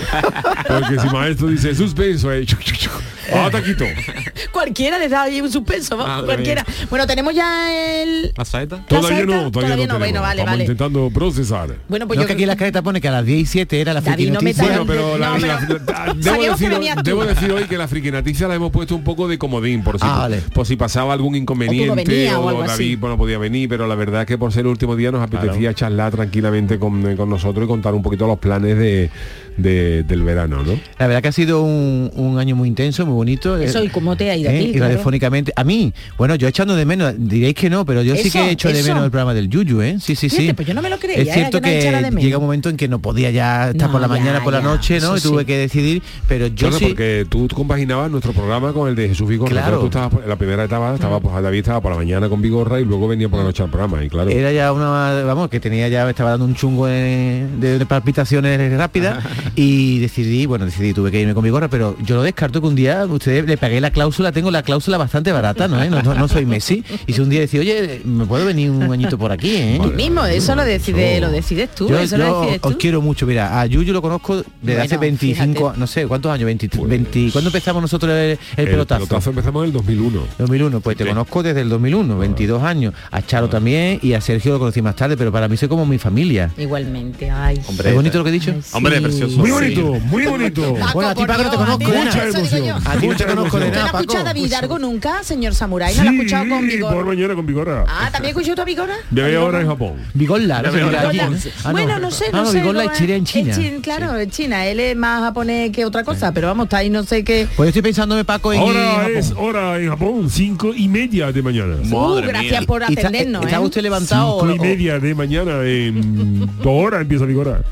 claro. Porque si maestro dice suspenso, eh, ah, taquito. Cualquiera le da ahí un suspenso, ¿no? Madre Cualquiera. Bueno, tenemos ya el... ¿La saeta? Todavía saeta? no, todavía, Todavía no, no, bueno, tenemos. vale, Estamos vale. intentando procesar. Bueno, pues No, yo que aquí en la careta pone que a las diez y siete era la David, friki no me noticia. tal- Bueno, pero, la, No, la- pero- la- debo, Sabíamos que decir, venías tú. debo decir hoy que la friquinaticia la hemos puesto un poco de comodín por si, Ah, vale. por si pasaba algún inconveniente venía o o, algo así. David bueno, podía venir, pero la verdad es que por ser el último día nos apetecía charlar tranquilamente con, con nosotros y contar un poquito los planes de, de- del verano, ¿no? La verdad que ha sido un, un año muy intenso, muy bonito. Eso, Eh, ¿y cómo te ha ido a ¿eh? ti? Y Claro. radiofónicamente. A mí, bueno, yo echando de menos, diréis que no, pero yo sí Eso, que he hecho de eso. menos el programa del Yuyu, ¿eh? Sí, sí, sí. Fíjate, pues yo no me lo creía, Es ¿eh? cierto que no echara que de menos. llega un momento en que no podía ya estar No, por la ya, mañana, por la ya, noche, ¿no? Y eso tuve sí. que decidir, pero yo Claro, sí... porque tú compaginabas nuestro programa con el de Jesús Vigorra. Claro. Entonces, tú estabas por- en la primera etapa, estaba, pues, David estaba por la mañana con Vigorra y luego venía por la noche al programa. Y claro, Era ya una, vamos, que tenía ya, me estaba dando un chungo de, de- de palpitaciones rápidas y decidí, bueno, decidí, tuve que irme con mi gorra, pero yo lo descarto que un día ustedes le pagué la cláusula, tengo la cláusula bastante barata, ¿no? ¿Eh? No, no, no soy Messi. Y si un día decís, oye, me puedo venir un añito por aquí, ¿eh? Tú mismo, eso lo decide, Eso. lo decides tú, Yo, eso yo lo decides tú. os quiero mucho, mira, a Yuyu lo conozco desde Bueno, hace veinticinco, fíjate. no sé, ¿cuántos años? veinte, Pues- veinte, ¿cuándo empezamos nosotros el, el el pelotazo? pelotazo empezamos en el dos mil uno. dos mil uno, pues te Sí. conozco desde el dos mil uno, veintidós años. A Charo también y a Sergio lo conocí más tarde, pero para mí soy como mi familia. Igualmente, ay. Hombre, ¿Es bonito lo que he dicho? Ay, sí. Hombre, precioso. Muy Sí. bonito, muy bonito. Paco, Bueno, a ti, por Paco, no te Dios, conozco a ti, de Mucha eso digo emoción. yo. A ti no te Mucha conozco de emoción. ¿Usted no nada, ha Paco. escuchado a David Dargo nunca, señor Samurai? ¿No Sí, lo ha escuchado con por Vigor? mañana con Vigorra. Ah, ¿también escuchó tú a Vigora? Me ve ahora en Japón. Vigorla, no sé, Vigorla. allí, ¿no? Ah, Bueno, no sé, Ah, no, no, sé. Vigorla no, es Chile en es China. chin- claro, en China. Él es más japonés que otra cosa, pero vamos, está ahí no sé qué. Pues yo estoy pensándome, Paco, en Ahora Japón. es hora en Japón, cinco y media de mañana. Uh, Madre gracias mía. por ¿Y está, atendernos, ¿Está ¿eh? usted levantado Cinco o- y o- media de mañana, en dos horas empieza Vigorra.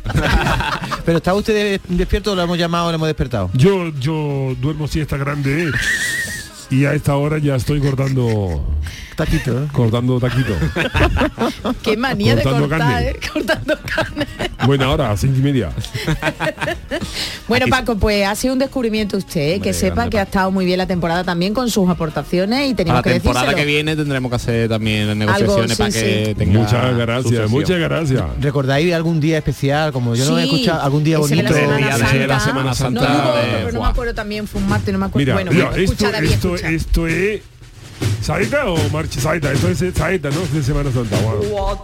pero está usted de- despierto o lo hemos llamado o lo hemos despertado? Yo, yo duermo siesta grande y a esta hora ya estoy cortando, Taquito, ¿eh? cortando taquito. Qué manía de Cortando cortar, carne. ¿eh? Cortando carne. Buena hora, cinco y media. Bueno, Aquí- Paco, pues ha sido un descubrimiento usted, ¿eh? que Hombre, sepa grande, que ha Paco. estado muy bien la temporada también con sus aportaciones y A teníamos la que temporada decírselo. que viene tendremos que hacer también negociaciones sí, para que sí. tenga Muchas gracias, sucesión. muchas gracias. ¿Recordáis algún día especial? Como yo no he Sí, escuchado, algún día ese de bonito. la Semana día de Santa. la Semana Santa No, no, de- pero no me Buah. acuerdo también, fue un martes, no me acuerdo. Mira, bueno, mira, bueno, esto, escucha, David, esto, escucha. esto es Saeta o marcha Saeta, esto es Saeta, ¿no? Es de Semana Santa. Bueno.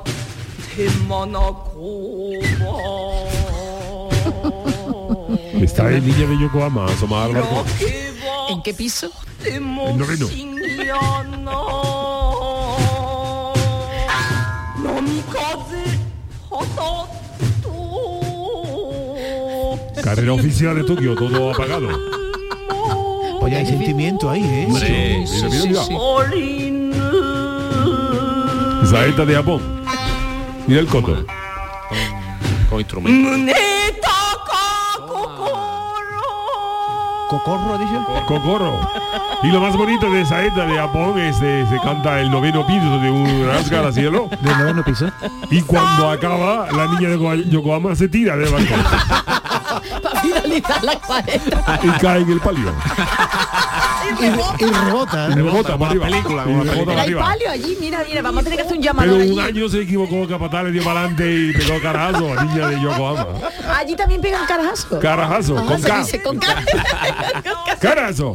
Está el niña de Yokohama asomada al balcón. ¿En qué piso? El noveno. Carrera oficial de Tokio, todo apagado. Oye, hay sentimiento ahí, ¿eh? Hombre, Mira, mira, mira. sí. Esa saeta de Japón. Mira el coto. Con, con instrumentos. ¿Cocorro, dicho? Cocorro. Y lo más bonito de saeta de Japón es que se canta el noveno piso de un rascacielos. ¿Del noveno piso? Y cuando acaba, la niña de Yokohama se tira del balcón. Para finalizar la cuarenta. Y cae en el palio. Y, y rebota. Y rebota para arriba. película, Y como la rebota para Hay arriba. palio allí, mira, mira, vamos a tener que hacer un llamado Pero allí. un año se equivocó, Capataz le dio para adelante y pegó carajazo a la niña de Yokohama. Allí también pegan carajazo. Carajazo, Ah, con se K. dice con K. Carazo.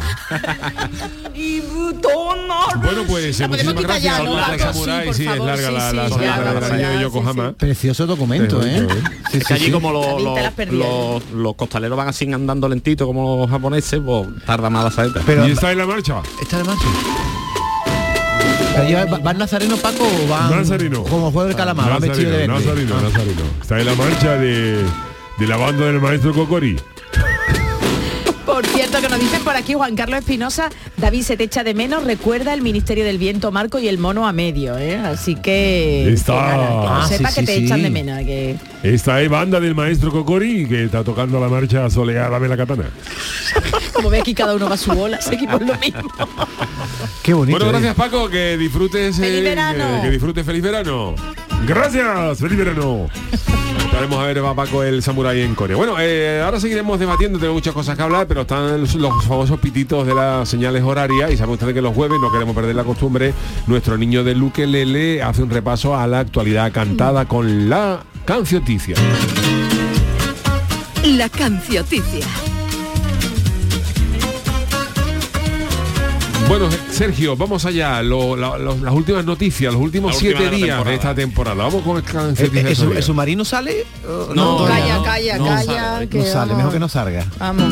Bueno, pues La muchísimas podemos quitar ya, gracias. ¿no, Larga, Paco? Samurai, Sí, sí, por es favor, larga sí, la, sí, la ya, sonata de la ya, niña de sí, Yokohama. sí. Precioso documento, Sí, ¿eh? sí. Sí, Es que allí sí. como los, David, te los, las perdieron. los, los costaleros van así andando lentito como los japoneses, pues tarda más la saeta. Pero ¿Y está en la marcha? está de marcha. Pero ya va- ¿Van Nazareno, Paco, o van Nazareno. como juego del calamar? Van vestido de Nazareno, verde. Nazareno, Ah. Nazareno. Está en la marcha de, de la banda del maestro Cocori. Por cierto, que nos dicen por aquí Juan Carlos Espinosa, David se te echa de menos, recuerda el Ministerio del Viento Marco y el mono a medio, ¿eh? Así que, Está. que nada, que no Ah, sepa sí, que sí, te sí. echan de menos. Que... Esta es banda del maestro Cocori que está tocando la marcha soleada de la katana. Como ve aquí cada uno va a su bola, seguimos lo mismo. Qué bonito. Bueno, ¿eh? gracias Paco, que disfrutes eh, ¡Feliz verano! Que, que disfrutes feliz verano. Gracias, feliz verano. Estaremos a ver va Paco el samurái en Corea. Bueno, eh, ahora seguiremos debatiendo, tengo muchas cosas que hablar, pero están los, los famosos pititos de las señales horarias y saben ustedes que los jueves no queremos perder la costumbre. Nuestro niño de ukelele hace un repaso a la actualidad cantada con la cancioticia. La cancioticia. Bueno, Sergio, vamos allá. Lo- la- lo- las últimas noticias, los últimos La última siete de la días de temporada. esta temporada. Vamos con el ¿El, cancioticia. el, de el, estos días. submarino sale? o No, todavía Calla, no? calla, no calla. sale, que No sale, vamos. mejor que no salga. Vamos.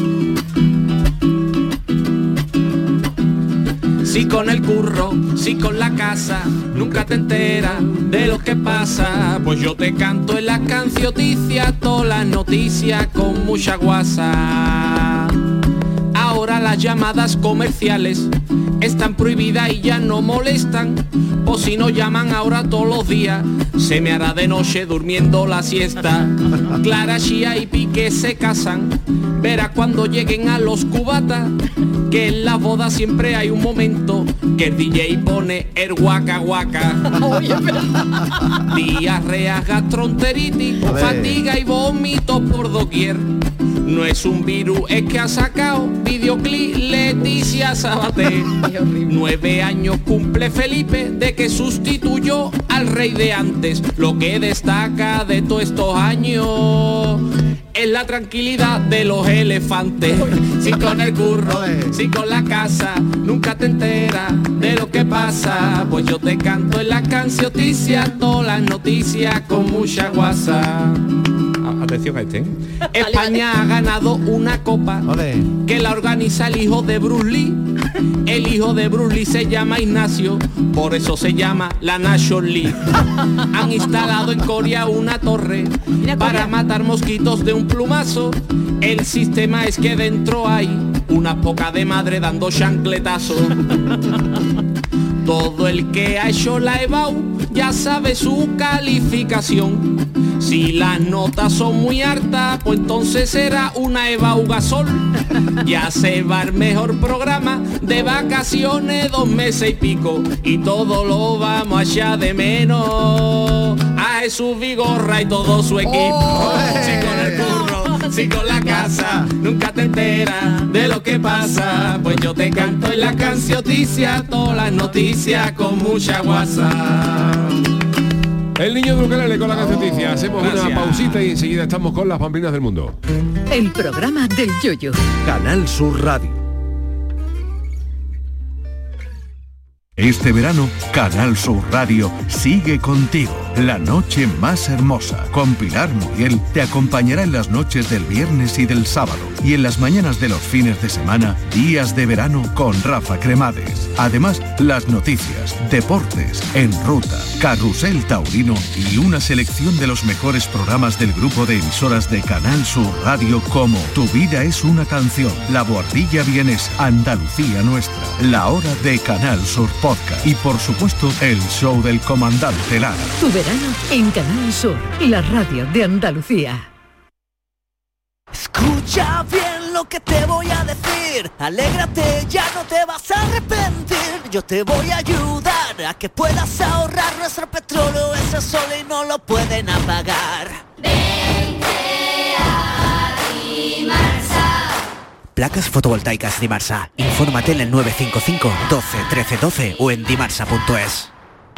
Si con el curro, si con la casa, nunca te enteras de lo que pasa. Pues yo te canto en las cancioticias, todas las noticias con mucha guasa. Ahora las llamadas comerciales están prohibidas y ya no molestan. O si no llaman ahora todos los días, se me hará de noche durmiendo la siesta. Clara, Shia y Piqué se casan, verás cuando lleguen a los cubatas, que en la boda siempre hay un momento que el D J pone el guaca guaca. Diarrea, gastroenteritis, A ver. fatiga y vómitos por doquier. No es un virus, es que ha sacado videoclip Leticia Sabater. Nueve años cumple Felipe de que sustituyó al rey de antes. Lo que destaca de todos estos años es la tranquilidad de los elefantes. Si con el curro, si con la casa, nunca te enteras de lo que pasa. Pues yo te canto en la cancioticia, todas las noticias con mucha guasa. Atención a este. ¿eh? España ha ganado una copa Ole. que la organiza el hijo de Bruce Lee. El hijo de Bruce Lee se llama Ignacio, por eso se llama la Nation League. Han instalado en Corea una torre Mira, para Corea. matar mosquitos de un plumazo. El sistema es que dentro hay una poca de madre dando chancletazos. Todo el que ha hecho la E B A U ya sabe su calificación. Si las notas son muy hartas, pues entonces será una E B A U gasol. Ya se va el mejor programa de vacaciones, dos meses y pico, y todo lo vamos a echar de menos a Jesús Vigorra y todo su equipo. Si con el curro, si con la casa, nunca te enteras de lo que pasa. Pues yo te canto en la cancioticia, todas las noticias con mucha guasa. El niño de ukelele con la cancioticia. Hacemos Gracias. una pausita y enseguida estamos con las pamplinas del mundo. El programa del yoyo. Canal Sur Radio. Este verano, Canal Sur Radio sigue contigo. La noche más hermosa, con Pilar Muriel, te acompañará en las noches del viernes y del sábado. Y en las mañanas de los fines de semana, días de verano con Rafa Cremades. Además, las noticias, deportes, En Ruta, Carrusel Taurino y una selección de los mejores programas del grupo de emisoras de Canal Sur Radio como Tu vida es una canción, La Boardilla Vienesa, Andalucía Nuestra, La Hora de Canal Sur Podcast y por supuesto el show del comandante Lara. Tu verano en Canal Sur, la radio de Andalucía. Escucha bien lo que te voy a decir, alégrate, ya no te vas a arrepentir. Yo te voy a ayudar a que puedas ahorrar nuestro petróleo, ese sol y no lo pueden apagar. Vente a Dimarsa. Placas fotovoltaicas Dimarsa. Infórmate en el nueve cinco cinco, doce, trece, doce o en dimarsa punto es.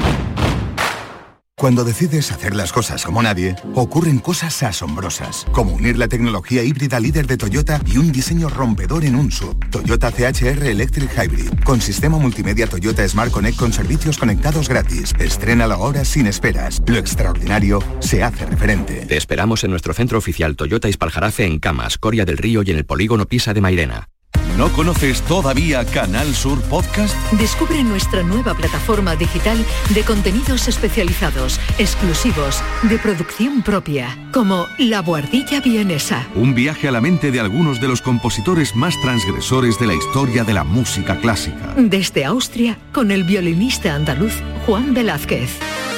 Cuando decides hacer las cosas como nadie, ocurren cosas asombrosas, como unir la tecnología híbrida líder de Toyota y un diseño rompedor en un S U V. Toyota C H R Electric Hybrid, con sistema multimedia Toyota Smart Connect con servicios conectados gratis. Estrénalo ahora sin esperas. Lo extraordinario se hace referente. Te esperamos en nuestro centro oficial Toyota Ispaljarafe en Camas, Coria del Río y en el polígono Pisa de Mairena. ¿No conoces todavía Canal Sur Podcast? Descubre nuestra nueva plataforma digital de contenidos especializados, exclusivos, de producción propia, como La Boardilla Vienesa. Un viaje a la mente de algunos de los compositores más transgresores de la historia de la música clásica. Desde Austria, con el violinista andaluz Juan Velázquez.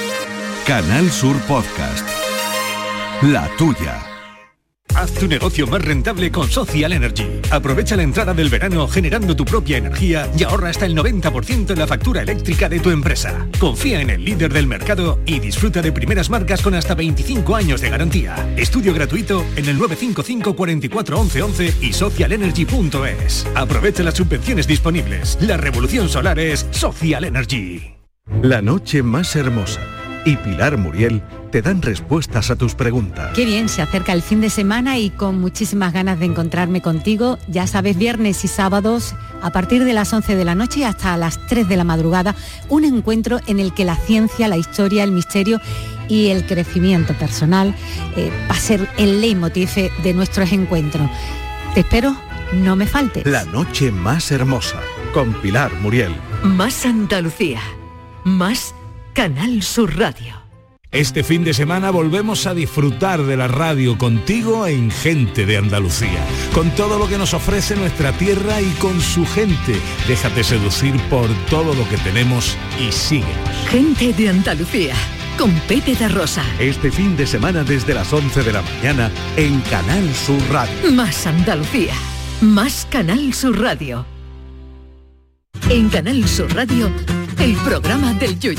Canal Sur Podcast. La tuya. Haz tu negocio más rentable con Social Energy. Aprovecha la entrada del verano generando tu propia energía y ahorra hasta el noventa por ciento en la factura eléctrica de tu empresa. Confía en el líder del mercado y disfruta de primeras marcas con hasta veinticinco años de garantía. Estudio gratuito en el nueve cinco cinco, cuatro cuatro, once, once y social energy punto es. Aprovecha las subvenciones disponibles. La revolución solar es Social Energy. La noche más hermosa y Pilar Muriel te dan respuestas a tus preguntas. Qué bien, se acerca el fin de semana y con muchísimas ganas de encontrarme contigo. Ya sabes, viernes y sábados, a partir de las once de la noche hasta las tres de la madrugada, un encuentro en el que la ciencia, la historia, el misterio y el crecimiento personal eh, va a ser el leitmotiv de nuestros encuentros. Te espero, no me faltes. La noche más hermosa, con Pilar Muriel. Más Andalucía, más Canal Sur Radio. Este fin de semana volvemos a disfrutar de la radio contigo en Gente de Andalucía, con todo lo que nos ofrece nuestra tierra y con su gente. Déjate seducir por todo lo que tenemos y síguenos. Gente de Andalucía, con Pepe de Rosa. Este fin de semana desde las once de la mañana en Canal Sur Radio. Más Andalucía, más Canal Sur Radio. En Canal Sur Radio, el programa del Yoyo.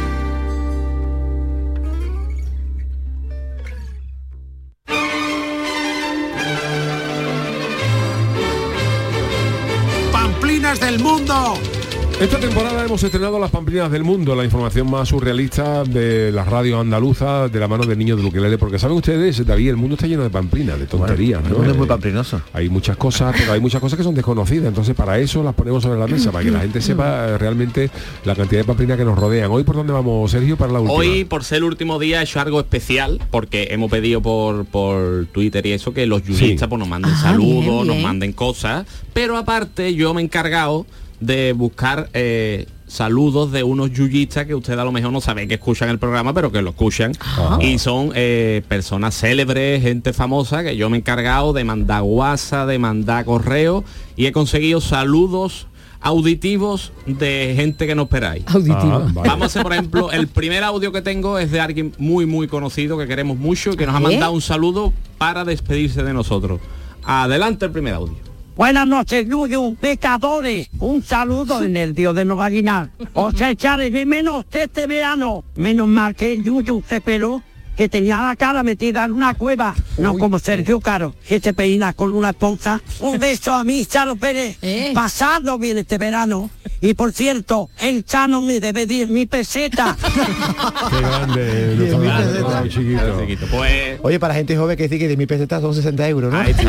Del mundo. Esta temporada hemos estrenado las Pamplinas del Mundo, la información más surrealista de la radio andaluza de la mano del niño del ukelele, porque saben ustedes, David, el mundo está lleno de pamplinas, de tonterías, bueno, ¿no? El mundo es muy pamplinoso. Hay muchas cosas, pero hay muchas cosas que son desconocidas, entonces para eso las ponemos sobre la mesa, para que la gente sepa realmente la cantidad de pamplinas que nos rodean. Hoy, ¿por dónde vamos, Sergio, para la última? Hoy, por ser el último día, he hecho algo especial, porque hemos pedido por, por Twitter y eso, que los yuyistas sí. pues, nos manden ah, saludos, bien, bien. nos manden cosas, pero aparte yo me he encargado de buscar eh, saludos de unos yuyistas que usted a lo mejor no sabe que escuchan el programa, pero que lo escuchan. Ajá. Y son eh, personas célebres, gente famosa, que yo me he encargado de mandar WhatsApp, de mandar correo, y he conseguido saludos auditivos de gente que no esperáis. Auditivos. Ah, vale. Vamos a hacer, por ejemplo, el primer audio que tengo es de alguien muy, muy conocido, que queremos mucho, y que nos ha mandado un saludo para despedirse de nosotros. Adelante el primer audio. Buenas noches, Yuyu, pecadores. Un saludo en el Dios de Nueva Guinea. Os echaré de menos este verano. Menos mal que Yuyu se peló, que tenía la cara metida en una cueva. No Uy, como Sergio Caro, que se peina con una esponja. Un beso a mí, Chano Pérez. Eh. Pasarlo bien este verano. Y por cierto, el Chano me debe diez mil pesetas. Qué grande, diez mil pesetas. Chiquito. Chiquito. Pues... Oye, para gente joven que dice que diez mil pesetas son sesenta euros, ¿no? Ay,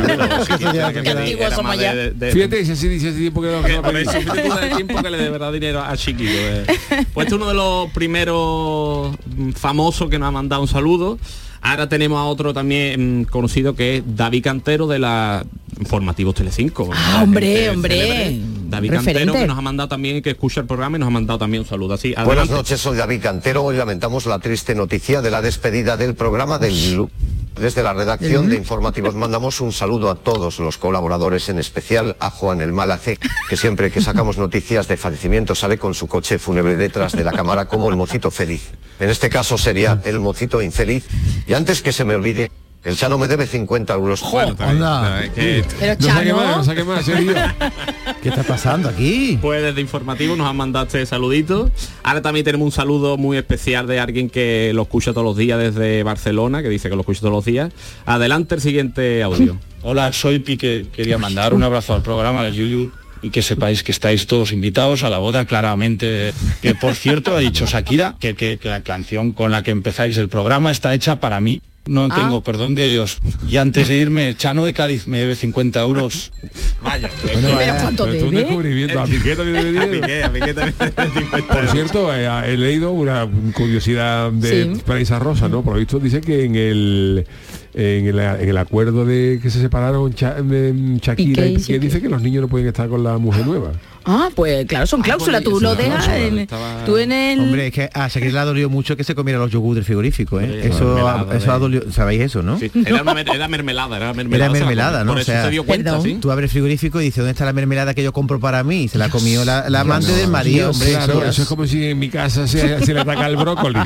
Fíjate, si dice ese tiempo que el tiempo que le deberá dinero a Chiquito. Eh. Pues este es uno de los primeros famosos que nos ha mandado un saludo. Ahora tenemos a otro también mmm, conocido, que es David Cantero, de la Informativos Telecinco. Ah, hombre, hombre. Célebre. David referente. Cantero, que nos ha mandado también, que escucha el programa y nos ha mandado también un saludo. Así, buenas adelante. noches, soy David Cantero. Hoy lamentamos la triste noticia de la despedida del programa del... Desde la redacción de Informativos mandamos un saludo a todos los colaboradores, en especial a Juan el Malace, que siempre que sacamos noticias de fallecimiento sale con su coche fúnebre detrás de la cámara como el mocito feliz. En este caso sería el mocito infeliz. Y antes que se me olvide, el Chano me debe cincuenta euros. Bueno, anda. Que... Pero No saque más, no saque más, serio. ¿Qué está pasando aquí? Pues desde Informativo nos han mandado este saludito. Ahora también tenemos un saludo muy especial de alguien que lo escucha todos los días desde Barcelona, que dice que lo escucha todos los días. Adelante el siguiente audio. Hola, soy Pique. Quería mandar un abrazo al programa de Yuyu y que sepáis que estáis todos invitados a la boda, claramente. Que por cierto, ha dicho Shakira que, que, que la canción con la que empezáis el programa está hecha para mí. No Ah. tengo perdón de Dios. Y antes de irme, Chano de Cádiz me debe cincuenta euros. Vaya. Bueno, Pero vaya, ¿cuánto pero es un debe? descubrimiento. A Piqué también debe dinero. Piqué, a Piqué también debe cincuenta Por cierto, eh, he leído una curiosidad de Sí. prensa rosa, ¿no? Por lo visto dice que en el en el, en el acuerdo de que se separaron Cha- de Shakira Piqué y y Piqué Shakira. dice que los niños no pueden estar con la mujer nueva. Ah, pues claro, son cláusulas, pues, tú lo es una dejas cláusula, en, estaba- tú en el... Hombre, es que a Shakira le ha dolido mucho que se comiera los yogur del frigorífico, ¿eh? Hombre, Eso, mermelada ha, eso de- ha dolido, ¿sabéis eso, no? Sí, era, una mer- era mermelada, era mermelada. Era se la mermelada, comió. ¿no? Por O eso sea, se dio cuenta, Perdón. ¿sí? Tú abres el frigorífico y dices, ¿dónde está la mermelada que yo compro para mí? Y se la comió la, la amante No, del marido, Dios, hombre. claro, eso- eso es como si en mi casa se, se le ataca el brócoli.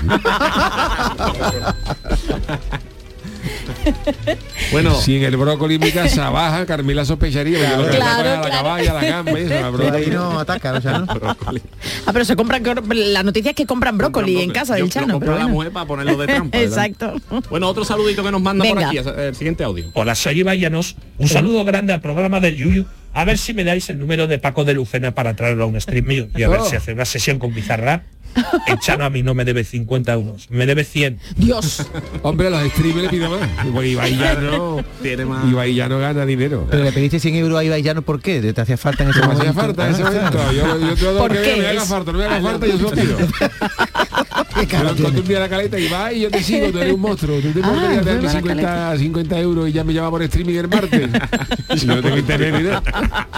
Bueno, Si en el brócoli en mi casa baja, Carmela sospecharía, porque lo que Claro, ataca es a la claro. caballa, a la gamba, y eso, la Pero brócoli. ahí no ataca, o sea, ¿no? Ah, pero se compran, la noticia es que compran brócoli en casa Yo del lo Chano. compro Pero a la bueno. mujer para ponerlo de trampa. ¿verdad? Exacto. Bueno, otro saludito que nos manda por Venga. aquí, el siguiente audio. Hola, soy Ibai Llanos. Un saludo grande al programa del Yuyu. A ver si me dais el número de Paco de Lucena para traerlo a un stream mío y a ver Oh. si hace una sesión con Bizarrap. El Chano a mí no me debe cincuenta euros, me debe cien. Dios. Hombre, a los streamers le pide más. Pues Ibai ya no, Tiene más. Ibai ya no gana dinero. Pero le pediste cien euros a Ibai Llano, ¿por qué? ¿Te hacía falta en ese No me momento? hacía falta en ese Ah, momento. Yo, yo todo ¿Por lo que qué vea, me haga es? falta, no me haga falta, yo se lo pido. qué Yo cara lo encontré tiene. un día a la caleta y va y yo te sigo, tú eres un monstruo. Tú te Ah, podrías fue darme a la cincuenta, cincuenta euros y ya me llama por streaming el martes. Y yo no tengo internet ni nada.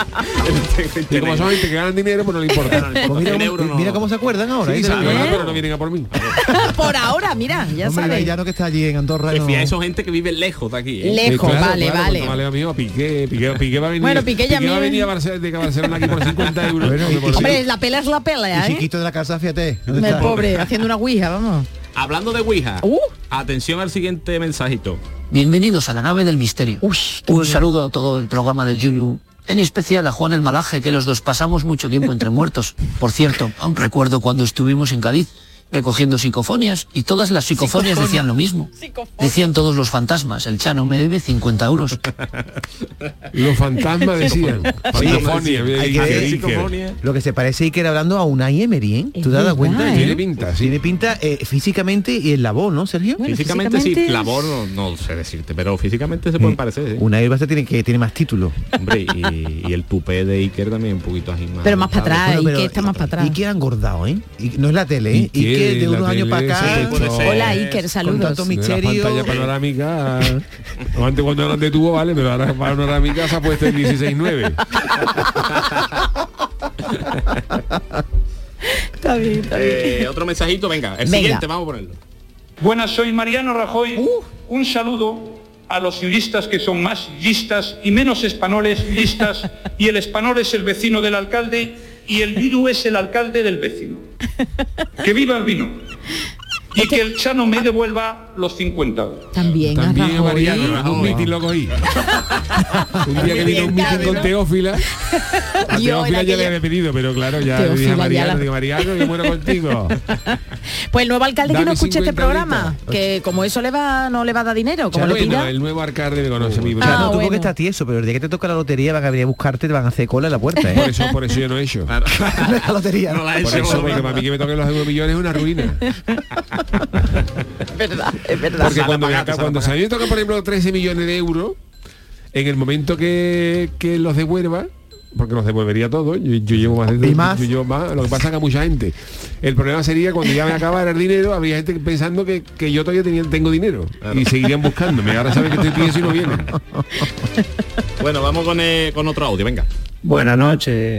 Y como son gente que ganan dinero, pues no le importa. Pues mira, cien cómo, euros no. mira cómo se acuerdan ahora. Sí, ¿eh? saben, ¿Eh? pero no vienen a por mí. Por ahora, mira, ya Hombre, Ibai sabes. Llano que está allí en Andorra. Que no- fíjate, son gente que vive lejos de aquí. ¿eh? Lejos, Eh, claro, vale, claro, vale. cuando vale amigo, Piqué, Piqué, Piqué va a venir. Bueno, Piqué ya va a vive- venir a Barcelona, de Barcelona aquí por cincuenta euros. Bueno, y- Por- Hombre, la pela es la Y pela, ¿eh? chiquito de la casa, fíjate. ¿dónde El está? pobre, haciendo una ouija, vamos. Hablando de Ouija, Uh. atención al siguiente mensajito. Bienvenidos a la nave del misterio. Un saludo a todo el programa del Yuyu. En especial a Juan el Malaje, que los dos pasamos mucho tiempo entre muertos. Por cierto, aún recuerdo cuando estuvimos en Cádiz recogiendo psicofonias y todas las psicofonias Psicofonia. decían lo mismo. Decían todos los fantasmas, el Chano me debe cincuenta euros. Los fantasmas decían. Psicofonía, Hay Iker, que ver, Iker. psicofonía. Lo que se parece Iker hablando a Unai Emery, ¿eh? Es ¿Tú te has dado verdad, cuenta? ¿eh? Tiene pinta, sí. Tiene pinta eh, físicamente y en la voz, ¿no, Sergio? Bueno, físicamente, sí, físicamente- labor no, no sé decirte, pero físicamente se pueden parecer. ¿eh? Unai Emery tiene que tiene más títulos. Hombre, y, y el tupé de Iker también un poquito así más. Pero más para atrás, Bueno, y pero- que está más para atrás. Iker ha engordado, ¿eh? Y no es la tele, ¿eh? Iker, Iker de la unos años tele, para acá. sí, puede ser. Hola, Iker, Con saludos. tanto De la misterio. pantalla panorámica. no, antes cuando eran de tubo, vale, pero ahora panorámica se ha puesto en dieciséis nueve. Está bien, está bien. Eh, otro mensajito, venga, el Venga. siguiente, vamos a ponerlo. Buenas, soy Mariano Rajoy. Un saludo a los yuristas que son más listas y menos españoles listas, y el español es el vecino del alcalde y el viru es el alcalde del vecino. Que viva el vino. Y que el Chano me devuelva los cincuenta. También, a También Rajoy. Mariano, en un mitin lo cogí. Un día que vino un mitin con Teófila. A Dios, Teófila en ya le aquella- había pedido, pero claro, ya le Teófila dije a ya Mariano, la- digo, Mariano, yo muero contigo. Pues el nuevo alcalde que Dame no escuche este cincuenta programa, euritos. que como eso le va no le va a dar dinero, como Chano, lo pida. el nuevo alcalde me conoce mi O sea, Ah, no, tú bueno. porque estás tieso, pero el día que te toca la lotería van a venir a buscarte, te van a hacer cola en la puerta, ¿eh? Por eso, por eso yo no he hecho. la lotería. No la he Por hecho, eso, porque- porque para mí que me toquen los euromillones es una ruina. Es verdad, es verdad. Porque Sale cuando, a me pagar, acá- sale a cuando pagar. se a mí me toca, por ejemplo, trece millones de euros, en el momento que, que los devuelva, porque los devolvería todos, yo, yo llevo más de ¿Y más? yo llevo más, lo que pasa es que a mucha gente. El problema sería cuando ya me acabara el dinero, habría gente pensando que, que yo todavía tenía, tengo dinero y seguirían buscándome. Ahora saben que estoy tieso y no vienen. Bueno, vamos con, eh, con otro audio, venga. Buenas noches,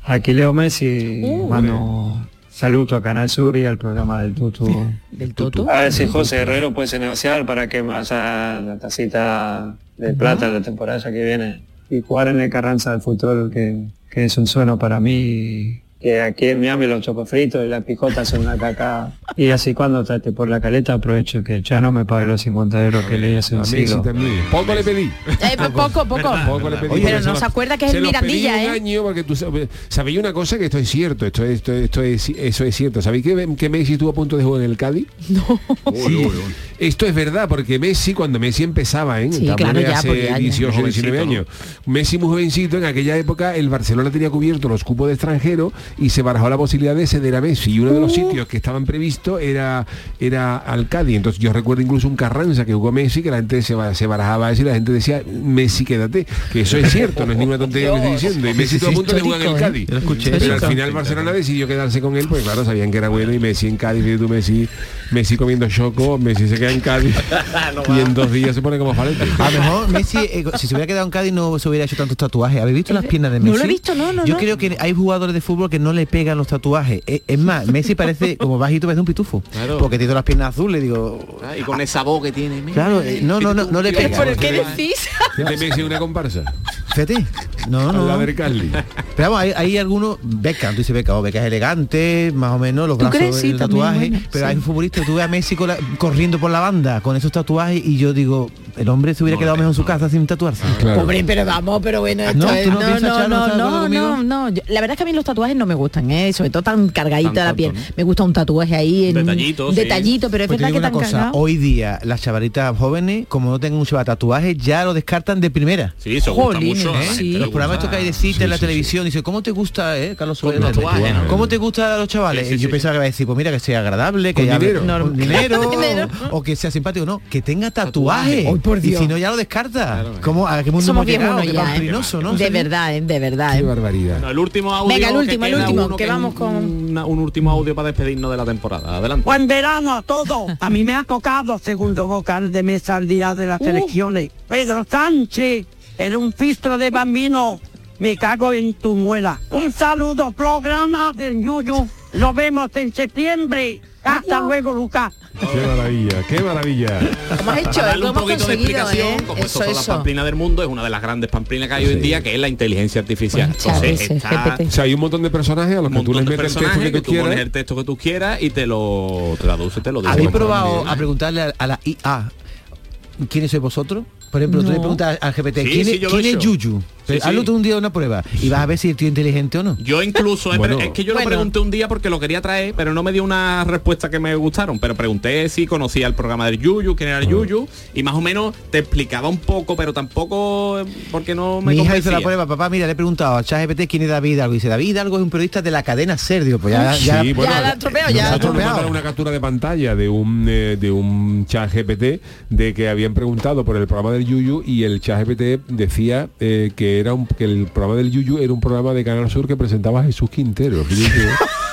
Aquí Leo Messi, Uh. mando saludo a Canal Sur y al programa del Tutu. ¿Del Tutu? A ver si José Herrero puede negociar para que pasa la tacita de plata de la temporada que viene y jugar en el Carranza del fútbol, que, que es un sueño para mí. Que aquí en Miami los chopos fritos y las picotas son una caca. Y así cuando trate por la caleta aprovecho que ya no me pague los cincuenta euros que leí hace un siglo. Poco le pedí. Eh, poco, poco. Poco le pedí. Oye, pero no se acuerda que es el Mirandilla, un ¿eh? año porque tú sabes, sabéis una cosa, que esto es cierto, esto es, esto, esto es eso es cierto. ¿Sabéis que, que Messi estuvo a punto de jugar en el Cádiz? No. Sí. Esto es verdad, porque Messi, cuando Messi empezaba, ¿eh? Sí, claro, ya, hace porque ya, ya. dieciocho, diecinueve años. Messi muy jovencito, en aquella época el Barcelona tenía cubierto los cupos de extranjeros y se barajó la posibilidad de ceder a Messi, y uno de los sitios que estaban previstos era era al Cádiz. Entonces yo recuerdo incluso un Carranza que jugó Messi, que la gente se, se barajaba eso y la gente decía, Messi, quédate, que eso es cierto, no es ninguna tontería que estoy diciendo, y Messi estuvo a punto de jugar en el Cádiz, ¿eh? Escuché, pero eso. al final Barcelona decidió quedarse con él, pues claro, sabían que era bueno, y Messi en Cádiz, y tú Messi Messi comiendo choco, Messi se queda en Cádiz y en dos días se pone como falete. A lo mejor Messi, eh, si se hubiera quedado en Cádiz no se hubiera hecho tantos tatuajes. ¿Habéis visto las piernas de Messi? No lo he visto, no, no, Yo no. creo que hay jugadores de fútbol que no le pegan los tatuajes. Es, es más, Messi parece, como bajito, parece un pitufo. Claro. Porque tiene todas las piernas azules, digo... Ah, y con esa voz que tiene. mira. Claro, eh, no, no, no, no le pega. ¿Pero qué decís? De Messi una comparsa. Fíjate. No, no. La del Carly. Pero vamos, hay, hay algunos, Beckham, tú dices Beckham, oh, Beckham es elegante, más o menos, los ¿Tú brazos crees? Sí, del también, tatuaje, bueno, pero sí. hay un futbolista, tú ves a Messi con la- corriendo por la banda con esos tatuajes y yo digo, el hombre se hubiera quedado mejor en su casa sin tatuarse. Hombre, pero vamos, pero bueno, esto No, es- ¿tú no no, piensas, no, Charo, no, estás de acuerdo no, conmigo? no, no. Yo- la verdad es que a mí los tatuajes no me gustan, ¿eh? Sobre todo tan cargadita Tan la piel. tonto, ¿no? Me gusta un tatuaje ahí en Detallito, un sí. detallito, pero es Pues te verdad digo que una tan cosa, cargado. hoy día las chavalitas jóvenes, como no tengan un chaval tatuaje, ya lo descartan de primera. Sí, eso gusta Jolines, mucho. ¿eh? a la gente Sí. le Los programas gusta. estos que hay de cita Sí, en la sí, televisión, dice, ¿cómo te gusta, eh, Carlos Con Soler? tatuaje, ¿no? ¿Cómo te gusta a los chavales? Sí, sí, Yo sí. pensaba que iba a decir, pues mira, que sea agradable, que Con ya dinero. no, con dinero, Dinero. o que sea simpático, no, que tenga tatuaje. Ay, por y Dios. si no ya lo descarta. ¿Cómo, ¿A qué mundo Somos hemos llegado? viejunos Qué ya, ¿eh? pamplinoso, ¿no? De Sí. verdad, ¿eh? De verdad. Qué ¿eh? barbaridad. Bueno, el último audio. Venga, el último, que el queda último, uno que es vamos un, con- una- un último audio para despedirnos de la temporada. Adelante. Buen verano a todos. A mí me ha tocado segundo vocal de mesa al día de las elecciones. Pedro Sánchez, era un fistro de bambino. Me cago en tu muela. Un saludo, programa del Yuyu. Nos vemos en septiembre. Hasta luego, Lucas. Qué maravilla, qué maravilla. ¿Cómo has hecho? Para ¿eh? darle Lo un hemos poquito de conseguido, explicación, ¿eh? como Eso, estas son las eso. pamplinas del mundo, es una de las grandes pamplinas que hay hoy en día, que es la inteligencia artificial. Bueno, chaves, Entonces, el está G P T. O sea, hay un montón de personajes a los un que tú les montón de metes el texto personajes que que tú tú pones quieras. el texto que tú quieras y te lo traduce, te lo dice. ¿Habéis Bueno, probado bien. a preguntarle a, a la I A quiénes sois vosotros? Por ejemplo, tú No. le preguntas al G P T, Sí, ¿quién, sí, es, yo lo he ¿quién es hecho. Yuyu? Pero Sí, sí. hazlo tú un día una prueba y vas a ver si el tío es inteligente o no. Yo incluso, eh, Bueno. pero es que yo Bueno. lo pregunté un día porque lo quería traer, pero no me dio una respuesta que me gustaron. Pero pregunté si conocía el programa del Yuyu, quién era el Yuyu, y más o menos te explicaba un poco, pero tampoco eh, porque no me Mi hija hizo convencía. la prueba, papá, mira, le he preguntado a ChatGPT quién es David Algo. Y dice, David Algo es un periodista de la cadena SER. Digo, pues ya, ya, Sí, bueno, Ya la han tropeado, ya. nosotros nos Tropeado. mandaron una captura de pantalla de un eh, de un chat G P T de que habían preguntado por el programa del Yuyu y el chat G P T decía eh, que era un, que el programa del Yuyu era un programa de Canal Sur que presentaba a Jesús Quintero. Fíjate.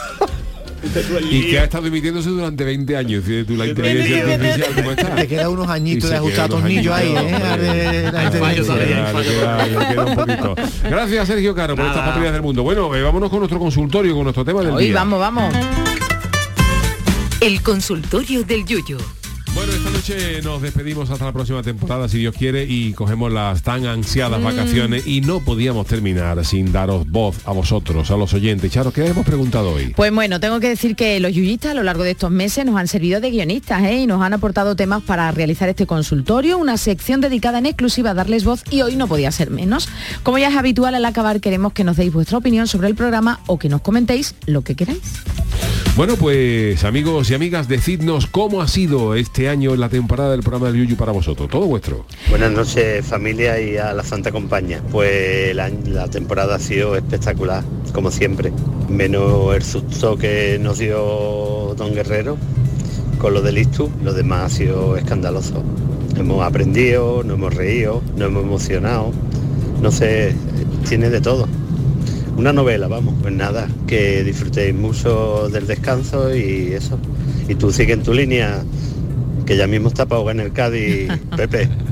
Y que ha estado emitiéndose durante veinte años. Fíjate tú, la inteligencia artificial, ¿cómo está? te queda unos Y añitos se de ajustar quedan unos tornillos ahí, añitos, ¿eh? De la Hay fallos inteligencia. todavía. Ya, le queda- le queda un poquito. Gracias, Sergio Caro, por Nada. estas patrullas del mundo. Bueno, eh, vámonos con nuestro consultorio, con nuestro tema del Hoy día. vamos, vamos. El consultorio del Yuyu. Bueno, esta noche nos despedimos hasta la próxima temporada, si Dios quiere, y cogemos las tan ansiadas vacaciones y no podíamos terminar sin daros voz a vosotros, a los oyentes. Charo, ¿qué hemos preguntado hoy? Pues bueno, tengo que decir que los yuyistas a lo largo de estos meses nos han servido de guionistas, ¿eh? Y nos han aportado temas para realizar este consultorio, una sección dedicada en exclusiva a darles voz, y hoy no podía ser menos. Como ya es habitual, al acabar queremos que nos deis vuestra opinión sobre el programa o que nos comentéis lo que queráis. Bueno, pues amigos y amigas, decidnos cómo ha sido este año en la temporada del programa del Yuyu para vosotros. Todo vuestro. Buenas noches, familia, y a la Santa Compañía. Pues la, la temporada ha sido espectacular, como siempre. Menos el susto que nos dio Don Guerrero con lo del Istu, lo demás ha sido escandaloso. Hemos aprendido, nos hemos reído, nos hemos emocionado. No sé, tiene de todo. Una novela, vamos. Pues nada, que disfrutéis mucho del descanso y eso. Y tú sigue en tu línea, que ya mismo está para ahogar en el Cádiz, Pepe.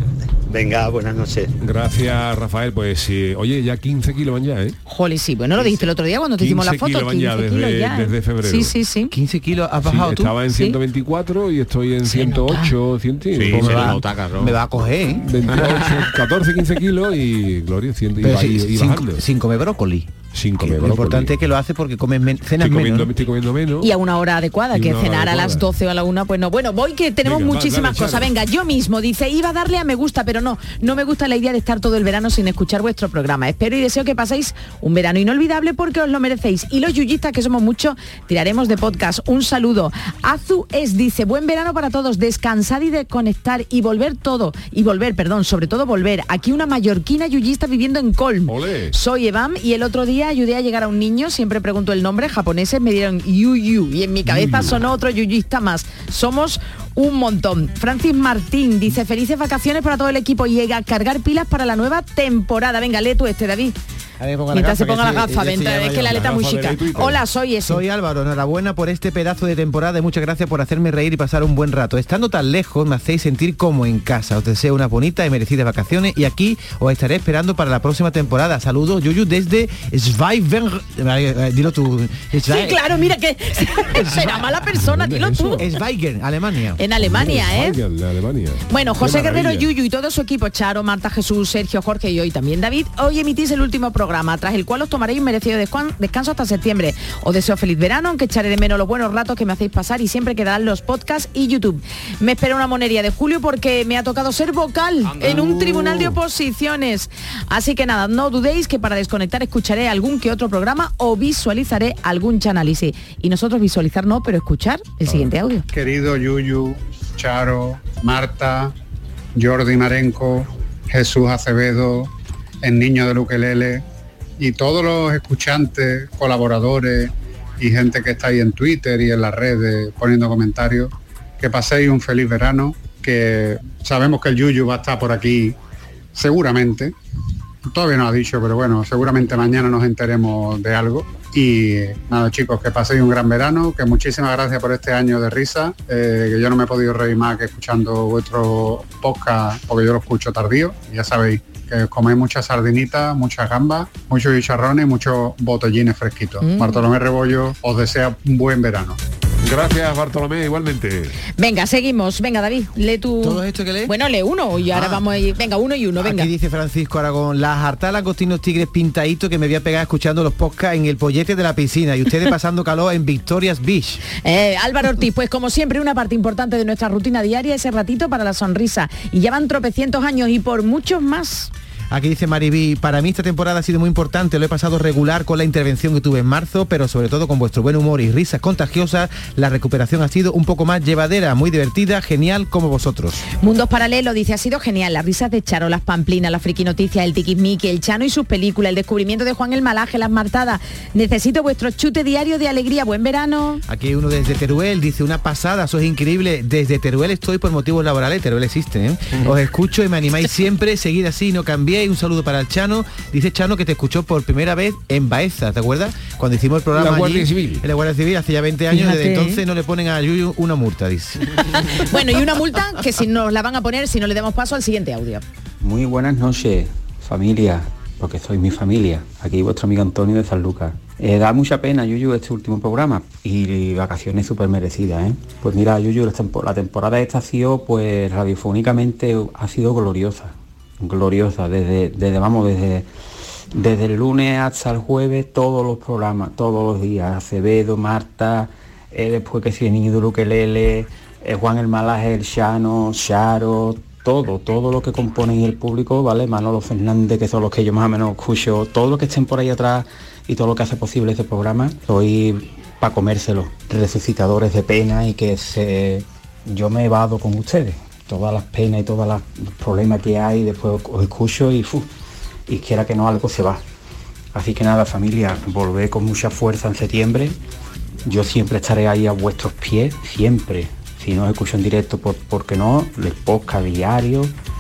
Venga, buenas noches. Gracias, Rafael. Pues sí, oye, ya quince kilos van ya, ¿eh? Jolly, sí, bueno, lo dijiste el otro día cuando te hicimos la foto, kilos van ya quince desde, kilos ya. desde febrero. Sí, sí, sí. quince kilos has bajado sí, tú. Estaba en ¿Sí? ciento veinticuatro y estoy en ciento ocho, cien, Sí, pues me, me, va, va, me va a coger, ¿eh? veintiocho, catorce, quince kilos y Gloria, cien, y, Pero va- sí, y- y sin, bajando. sin comer brócoli. Sin comer Lo brócoli. importante es que lo hace porque comes men- cenas Estoy comiendo, menos. me estoy comiendo menos. Y a una hora adecuada, Y que una hora cenar a adecuada. las doce o a la una, pues no. Bueno, voy que tenemos Venga, va, muchísimas dale, cosas. Charo. Venga, yo mismo, dice, iba a darle a me gusta, pero no, no me gusta la idea de estar todo el verano sin escuchar vuestro programa. Espero y deseo que paséis un verano inolvidable porque os lo merecéis. Y los yuyistas, que somos muchos, tiraremos de podcast. Un saludo. Azu es, dice, buen verano para todos, descansar y desconectar y volver todo, y volver, perdón, sobre todo volver. Aquí una mallorquina yuyista viviendo en Colm. Olé. Soy Evam y el otro día ayudé a llegar a un niño, siempre pregunto el nombre, japoneses me dieron Yuyu y en mi cabeza sonó otro yuyista más. Somos un montón. Francis Martín dice, felices vacaciones para todo el equipo y a cargar pilas para la nueva temporada. Venga, lee tú este, David. Mientras se ponga la gafa, mientras es que la letra muy chica. Hola, soy ese. Soy Álvaro, enhorabuena por este pedazo de temporada y muchas gracias por hacerme reír y pasar un buen rato. Estando tan lejos me hacéis sentir como en casa. Os deseo unas bonitas y merecidas vacaciones y aquí os estaré esperando para la próxima temporada. Saludos, Yuyu, desde Schweigen. Dilo tú. Sí, claro, mira que será mala persona, dilo tú. Schweigen, Alemania. En Alemania, ¿eh? Schweigen, de Alemania. Bueno, Qué José Guerrero, maravilla. Yuyu y todo su equipo, Charo, Marta, Jesús, Sergio, Jorge y hoy también David, hoy emitís el último programa, tras el cual os tomaréis un merecido descuan- descanso hasta septiembre. Os deseo feliz verano, aunque echaré de menos los buenos ratos que me hacéis pasar y siempre quedarán los podcasts y YouTube. Me espera una monería de julio porque me ha tocado ser vocal en un tribunal de oposiciones. Así que nada, no dudéis que para desconectar escucharé algún que otro programa o visualizaré algún chanálisis. Y nosotros visualizar no, pero escuchar el siguiente audio. Querido Yuyu, Charo, Marta, Jordi Marenco, Jesús Acevedo, el niño del ukelele y todos los escuchantes, colaboradores y gente que está ahí en Twitter y en las redes poniendo comentarios, que paséis un feliz verano, que sabemos que el Yuyu va a estar por aquí seguramente, todavía no ha dicho, pero bueno, seguramente mañana nos enteremos de algo. Y nada, chicos, que paséis un gran verano, que muchísimas gracias por este año de risa, eh, que yo no me he podido reír más que escuchando vuestro podcast, porque yo lo escucho tardío, ya sabéis que os coméis muchas sardinitas, muchas gambas, muchos chicharrones y muchos botellines fresquitos. Mm. Bartolomé Rebollo os desea un buen verano. Gracias, Bartolomé, igualmente. Venga, seguimos. Venga, David, lee tú. ¿Todo esto que lee? Bueno, lee uno y ahora Ah. vamos a ir. Venga, uno y uno, venga. Aquí dice Francisco Aragón, las hartalas Agostinos Tigres pintaditos que me voy a pegar escuchando los podcasts en el pollete de la piscina y ustedes pasando calor en Victoria's Beach. Eh, Álvaro Ortiz, pues como siempre una parte importante de nuestra rutina diaria, ese ratito para la sonrisa. Y ya van tropecientos años y por muchos más. Aquí dice Mariví, para mí esta temporada ha sido muy importante, lo he pasado regular con la intervención que tuve en marzo, pero sobre todo con vuestro buen humor y risas contagiosas, la recuperación ha sido un poco más llevadera, muy divertida, genial como vosotros. Mundos Paralelos dice, ha sido genial, las risas de Charo, las pamplinas, las friki noticias, el tiquismiqui, el Chano y sus películas, el descubrimiento de Juan el Malaje, las martadas. Necesito vuestro chute diario de alegría, buen verano. Aquí uno desde Teruel dice, una pasada, sois increíble, desde Teruel estoy por motivos laborales, Teruel existe, ¿eh? Os escucho y me animáis siempre, seguid así, no cambiéis. Un saludo para el Chano, dice Chano que te escuchó por primera vez en Baeza, ¿te acuerdas? Cuando hicimos el programa La Guardia allí, Civil. en la Guardia Civil hace ya veinte años, Fíjate, desde ¿eh? entonces no le ponen a Yuyu una multa, dice. Bueno, y una multa que si nos la van a poner si no le damos paso al siguiente audio. Muy buenas noches, familia, porque sois mi familia. Aquí vuestro amigo Antonio de San Lucas. Eh, da mucha pena, Yuyu, este último programa y vacaciones súper merecidas, ¿eh? Pues mira, Yuyu, la, tempo- la temporada esta ha sido, pues radiofónicamente ha sido gloriosa, gloriosa, desde, desde vamos, desde, desde el lunes hasta el jueves, todos los programas, todos los días, Acevedo, Marta, eh, después que si el niño de ukelele, eh, Juan el Malaje, el Chano, Charo, todo, todo lo que componen el público, ¿vale? Manolo Fernández, que son los que yo más o menos escucho, todo lo que estén por ahí atrás y todo lo que hace posible este programa, soy para comérselo, resucitadores de pena y que se, yo me evado con ustedes, todas las penas y todos los problemas que hay, después os escucho y, fu, y quiera que no algo se va. Así que nada, familia, volvé con mucha fuerza en septiembre, yo siempre estaré ahí a vuestros pies, siempre. Si no os escucho en directo, por, porque no, el podcast diario.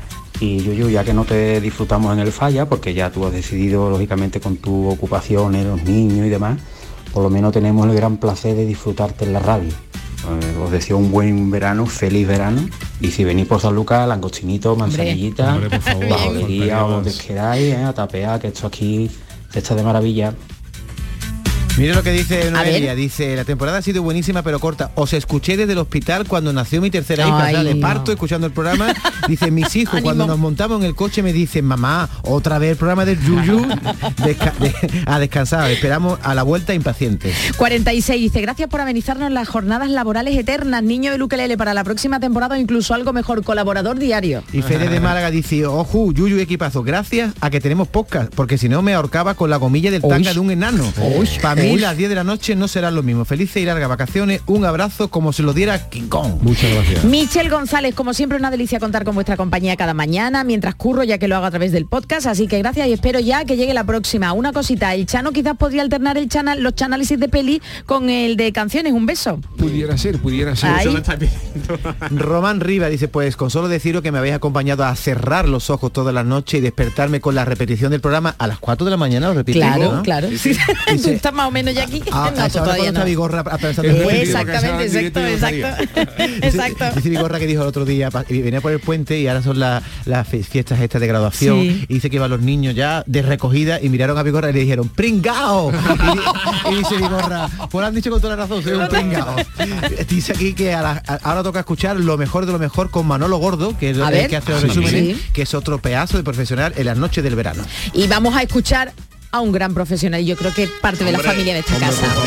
Y yo, yo, ya que no te disfrutamos en el falla, porque ya tú has decidido, lógicamente, con tus ocupaciones, los niños y demás, por lo menos tenemos el gran placer de disfrutarte en la radio. Eh, os deseo un buen verano, feliz verano, Y si venís por San Lucas, langostinito, manzanillita, Hombre, por favor, la joyería o donde más. queráis, ¿eh? A tapear, que esto aquí se está de maravilla. Mire lo que dice A Noelia, ver. dice, la temporada ha sido buenísima pero corta. Os escuché desde el hospital cuando nació mi tercera hija, Ay, o sea, de no. parto, escuchando el programa. Dice, mis hijos, Ánimo. cuando nos montamos en el coche me dicen, mamá, otra vez el programa del Yuyu, Desca- de- a descansar. Esperamos a la vuelta impacientes. cuarenta y seis dice, gracias por amenizarnos las jornadas laborales eternas, niño de ukelele, para la próxima temporada o incluso algo mejor, colaborador diario. Y Fede de Málaga dice, ojo, Yuyu equipazo, gracias a que tenemos podcast, porque si no me ahorcaba con la gomilla del tanga Uy. de un enano. Uy. Para mí Uy. las diez de la noche no serán lo mismo. Felices y largas vacaciones, un abrazo como se lo diera King Kong. Muchas gracias. Michelle González, como siempre, una delicia contar con vuestra compañía cada mañana, mientras curro, ya que lo hago a través del podcast, así que gracias y espero ya que llegue la próxima. Una cosita, el Chano quizás podría alternar el channel, los análisis de peli con el de canciones. Un beso. Pudiera ser, pudiera ser. Ay. Román Riva dice, pues con solo deciros que me habéis acompañado a cerrar los ojos toda la noche y despertarme con la repetición del programa a las cuatro de la mañana, lo repito. Claro, ¿no? claro. Tú estás más o menos ya aquí. Ah, No, a tú esa hora todavía cuando está no. Vigorra atravesando el puente. Exactamente, exacto, exacto. Exacto. Dice Vigorra que dijo el otro día, pa- y venía por el puente y ahora son la- las fe- fiestas estas de graduación, Sí. y dice que iban los niños ya de recogida y miraron a Vigorra y le dijeron, ¡pringao! Y, di- y dice Vigorra, pues lo han dicho con toda la razón, soy un pringao. Dice aquí que a la- a- ahora toca escuchar lo mejor de lo mejor con Manolo Gordo, que es A el ver. que hace los Sí. resúmenes, Sí. que es otro pedazo de profesional en las noches del verano. Y vamos a escuchar a un gran profesional, y yo creo que parte de la Hombre, familia de esta hombre, casa.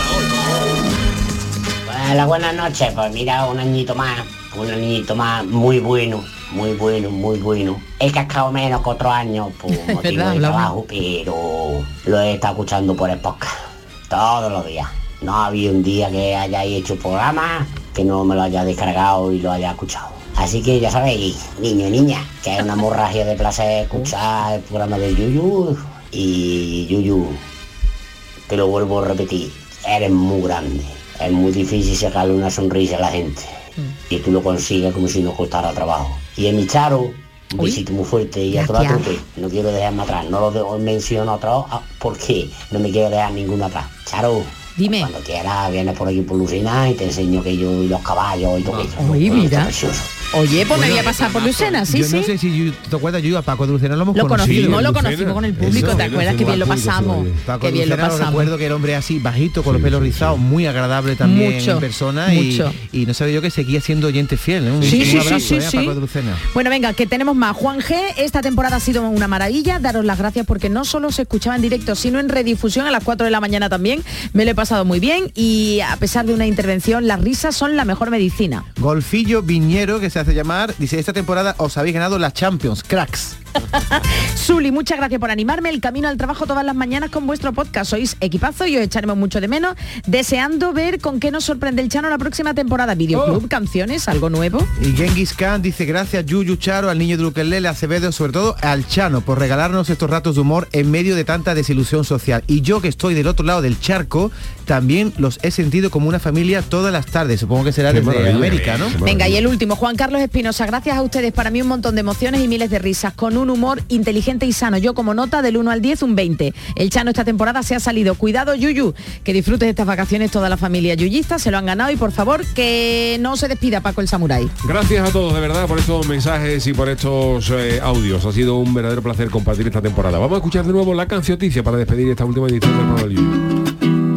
Hola, buenas noches. Pues mira, un añito más, un añito más muy bueno, muy bueno, muy bueno. He cascado menos que otros años por motivo verdad, de hablamos. trabajo, pero lo he estado escuchando por el podcast todos los días. No ha habido un día que hayáis hecho programa que no me lo haya descargado y lo haya escuchado. Así que ya sabéis, niño y niña, que es una hemorragia de placer escuchar el programa de Yuyu. Y Yuyu, te lo vuelvo a repetir, eres muy grande. Es muy difícil sacarle una sonrisa a la gente. Y tú lo consigues como si no costara trabajo. Y en mi Charo, un Uy. besito muy fuerte y a toda Gracias. trupe. No quiero dejarme atrás. No lo de- menciono atrás ah, porque no me quiero dejar ninguno atrás. Charo, dime. Cuando quieras vienes por aquí por Lucena y te enseño que yo y los caballos y todo eso. Uy, Todo mira. precioso. Oye, pues me voy a pasar por Lucena, sí, Yo sí. no sé si Yu- te acuerdas, yo a Paco de Lucena lo hemos Lo conocido. conocimos, lo conocimos con el público, Eso. ¿te acuerdas? Qué bien lo pasamos. Paco Qué de bien lo Lucena lo pasamos. recuerdo que era hombre así, bajito, con los pelos rizados, muy agradable también Mucho, en persona y, mucho. y no sabía yo que seguía siendo oyente fiel. ¿eh? Un, Sí, un sí, abrazo sí, sí, ¿eh? a sí. Paco de Lucena. Bueno, venga, que tenemos más. Juan G, esta temporada ha sido una maravilla. Daros las gracias porque no solo se escuchaba en directo, sino en redifusión a las cuatro de la mañana también. Me lo he pasado muy bien y a pesar de una intervención, las risas son la mejor medicina. Golfillo Viñero, que se hace llamar, dice, esta temporada os habéis ganado la Champions, cracks. Zuli, muchas gracias por animarme. El camino al trabajo todas las mañanas con vuestro podcast. Sois equipazo y os echaremos mucho de menos. Deseando ver con qué nos sorprende el Chano la próxima temporada. Videoclub, canciones, algo nuevo. Y Genghis Khan dice, gracias Yuyu, Charo, al niño de Ukelele, a Acevedo, sobre todo al Chano, por regalarnos estos ratos de humor en medio de tanta desilusión social. Y yo, que estoy del otro lado del charco, también los he sentido como una familia todas las tardes. Supongo que será Qué desde maravilla. América, ¿no? Venga, y el último, Juan Carlos Espinosa, gracias a ustedes, para mí un montón de emociones y miles de risas, con un humor inteligente y sano. Yo como nota del uno al diez, un veinte. El Chano esta temporada se ha salido. Cuidado, Yuyu, que disfrutes de estas vacaciones toda la familia yuyista, se lo han ganado y por favor que no se despida Paco el Samurái. Gracias a todos de verdad por estos mensajes y por estos eh, audios. Ha sido un verdadero placer compartir esta temporada. Vamos a escuchar de nuevo la cancioticia para despedir esta última edición del programa del Yuyu.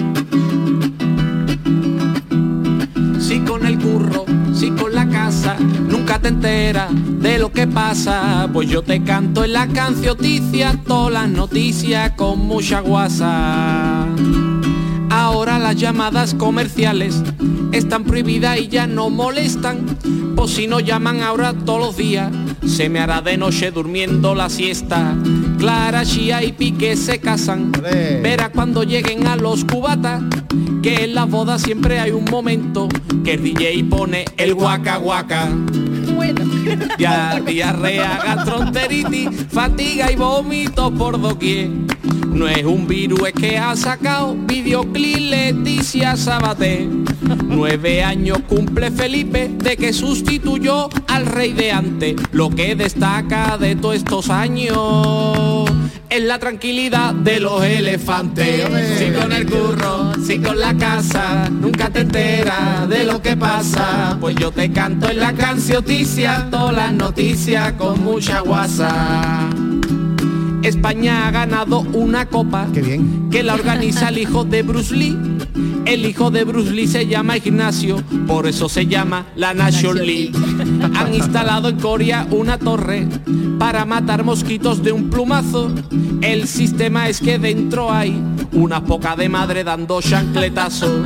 Si con el curro, si con la casa, nunca te enteras de lo que pasa, pues yo te canto en la cancioticia todas las noticias con mucha guasa. Ahora las llamadas comerciales están prohibidas y ya no molestan, pues si no llaman ahora todos los días, se me hará de noche durmiendo la siesta. Clara, Chía y Piqué se casan, verás cuando lleguen a los cubatas, que en las bodas siempre hay un momento que el D J pone el guaca guaca. Bueno. Dia- diarrea, gastroenteritis, fatiga y vómito por doquier. No es un virus, es que ha sacado videoclip Leticia Sabater. Nueve años cumple Felipe de que sustituyó al rey de antes. Lo que destaca de todos estos años es la tranquilidad de los elefantes. Si con el curro, si con la casa, nunca te enteras de lo que pasa. Pues yo te canto en la cancioticia todas las noticias con mucha guasa. España ha ganado una copa. Qué bien. Que la organiza el hijo de Bruce Lee. El hijo de Bruce Lee se llama Ignacio, por eso se llama la Nation League. Han instalado en Corea una torre para matar mosquitos de un plumazo. El sistema es que dentro hay una poca de madre dando chancletazo.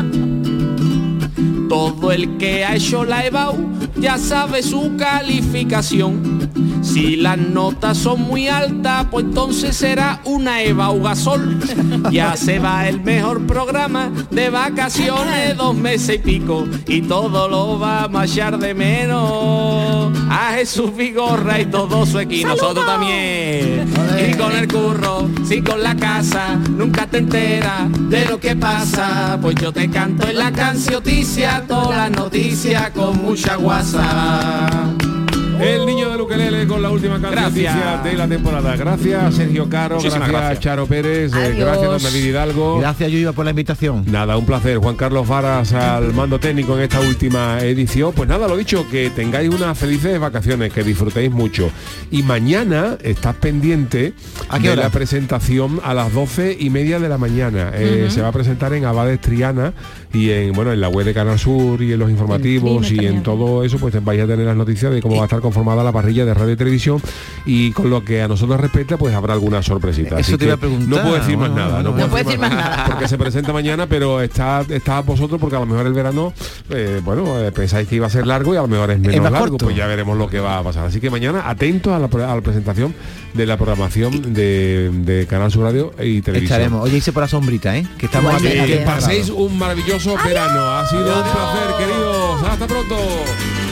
Todo el que ha hecho la EBAU ya sabe su calificación. Si las notas son muy altas, pues entonces será una EBAU Gasol. Ya se va el mejor programa de vacaciones, dos meses y pico, y todo lo vamos a echar de menos a Jesús Vigorra y todo su equipo. Nosotros también. Y con el curro, si con la casa, nunca te enteras de lo que pasa. Pues yo te canto en la cancioticia todas las noticias con mucha guasa. El niño del ukelele con la última canción de la temporada. Gracias Sergio Caro, gracias, gracias Charo Pérez, eh, gracias Don David Hidalgo. Gracias Yuyu por la invitación. Nada, un placer. Juan Carlos Varas al mando técnico en esta última edición. Pues nada, lo dicho, que tengáis unas felices vacaciones, que disfrutéis mucho. Y mañana estás pendiente ¿A qué de hora? la presentación a las doce y media de la mañana. Eh, Uh-huh. Se va a presentar en Abades Triana y en bueno en la web de Canal Sur y en los informativos y en todo eso, pues vais a tener las noticias de cómo va a estar conformada la parrilla de radio y televisión, y con lo que a nosotros respecta, pues habrá alguna sorpresita. Eso Así te iba que a preguntar. no puedo decir más No, nada. no, No, no puedo decir más nada porque se presenta mañana, pero está está a vosotros, porque a lo mejor el verano, eh, bueno, eh, pensáis que iba a ser largo y a lo mejor es menos Es más largo, corto. pues ya veremos lo que va a pasar. Así que mañana atentos a la, pre- a la presentación de la programación de, de Canal Sur Radio y Televisión. Estaremos. Oye, hice por la sombrita, ¿eh? Que estamos Que, aquí. que paséis un maravilloso verano. Ha sido un placer, queridos. Hasta pronto.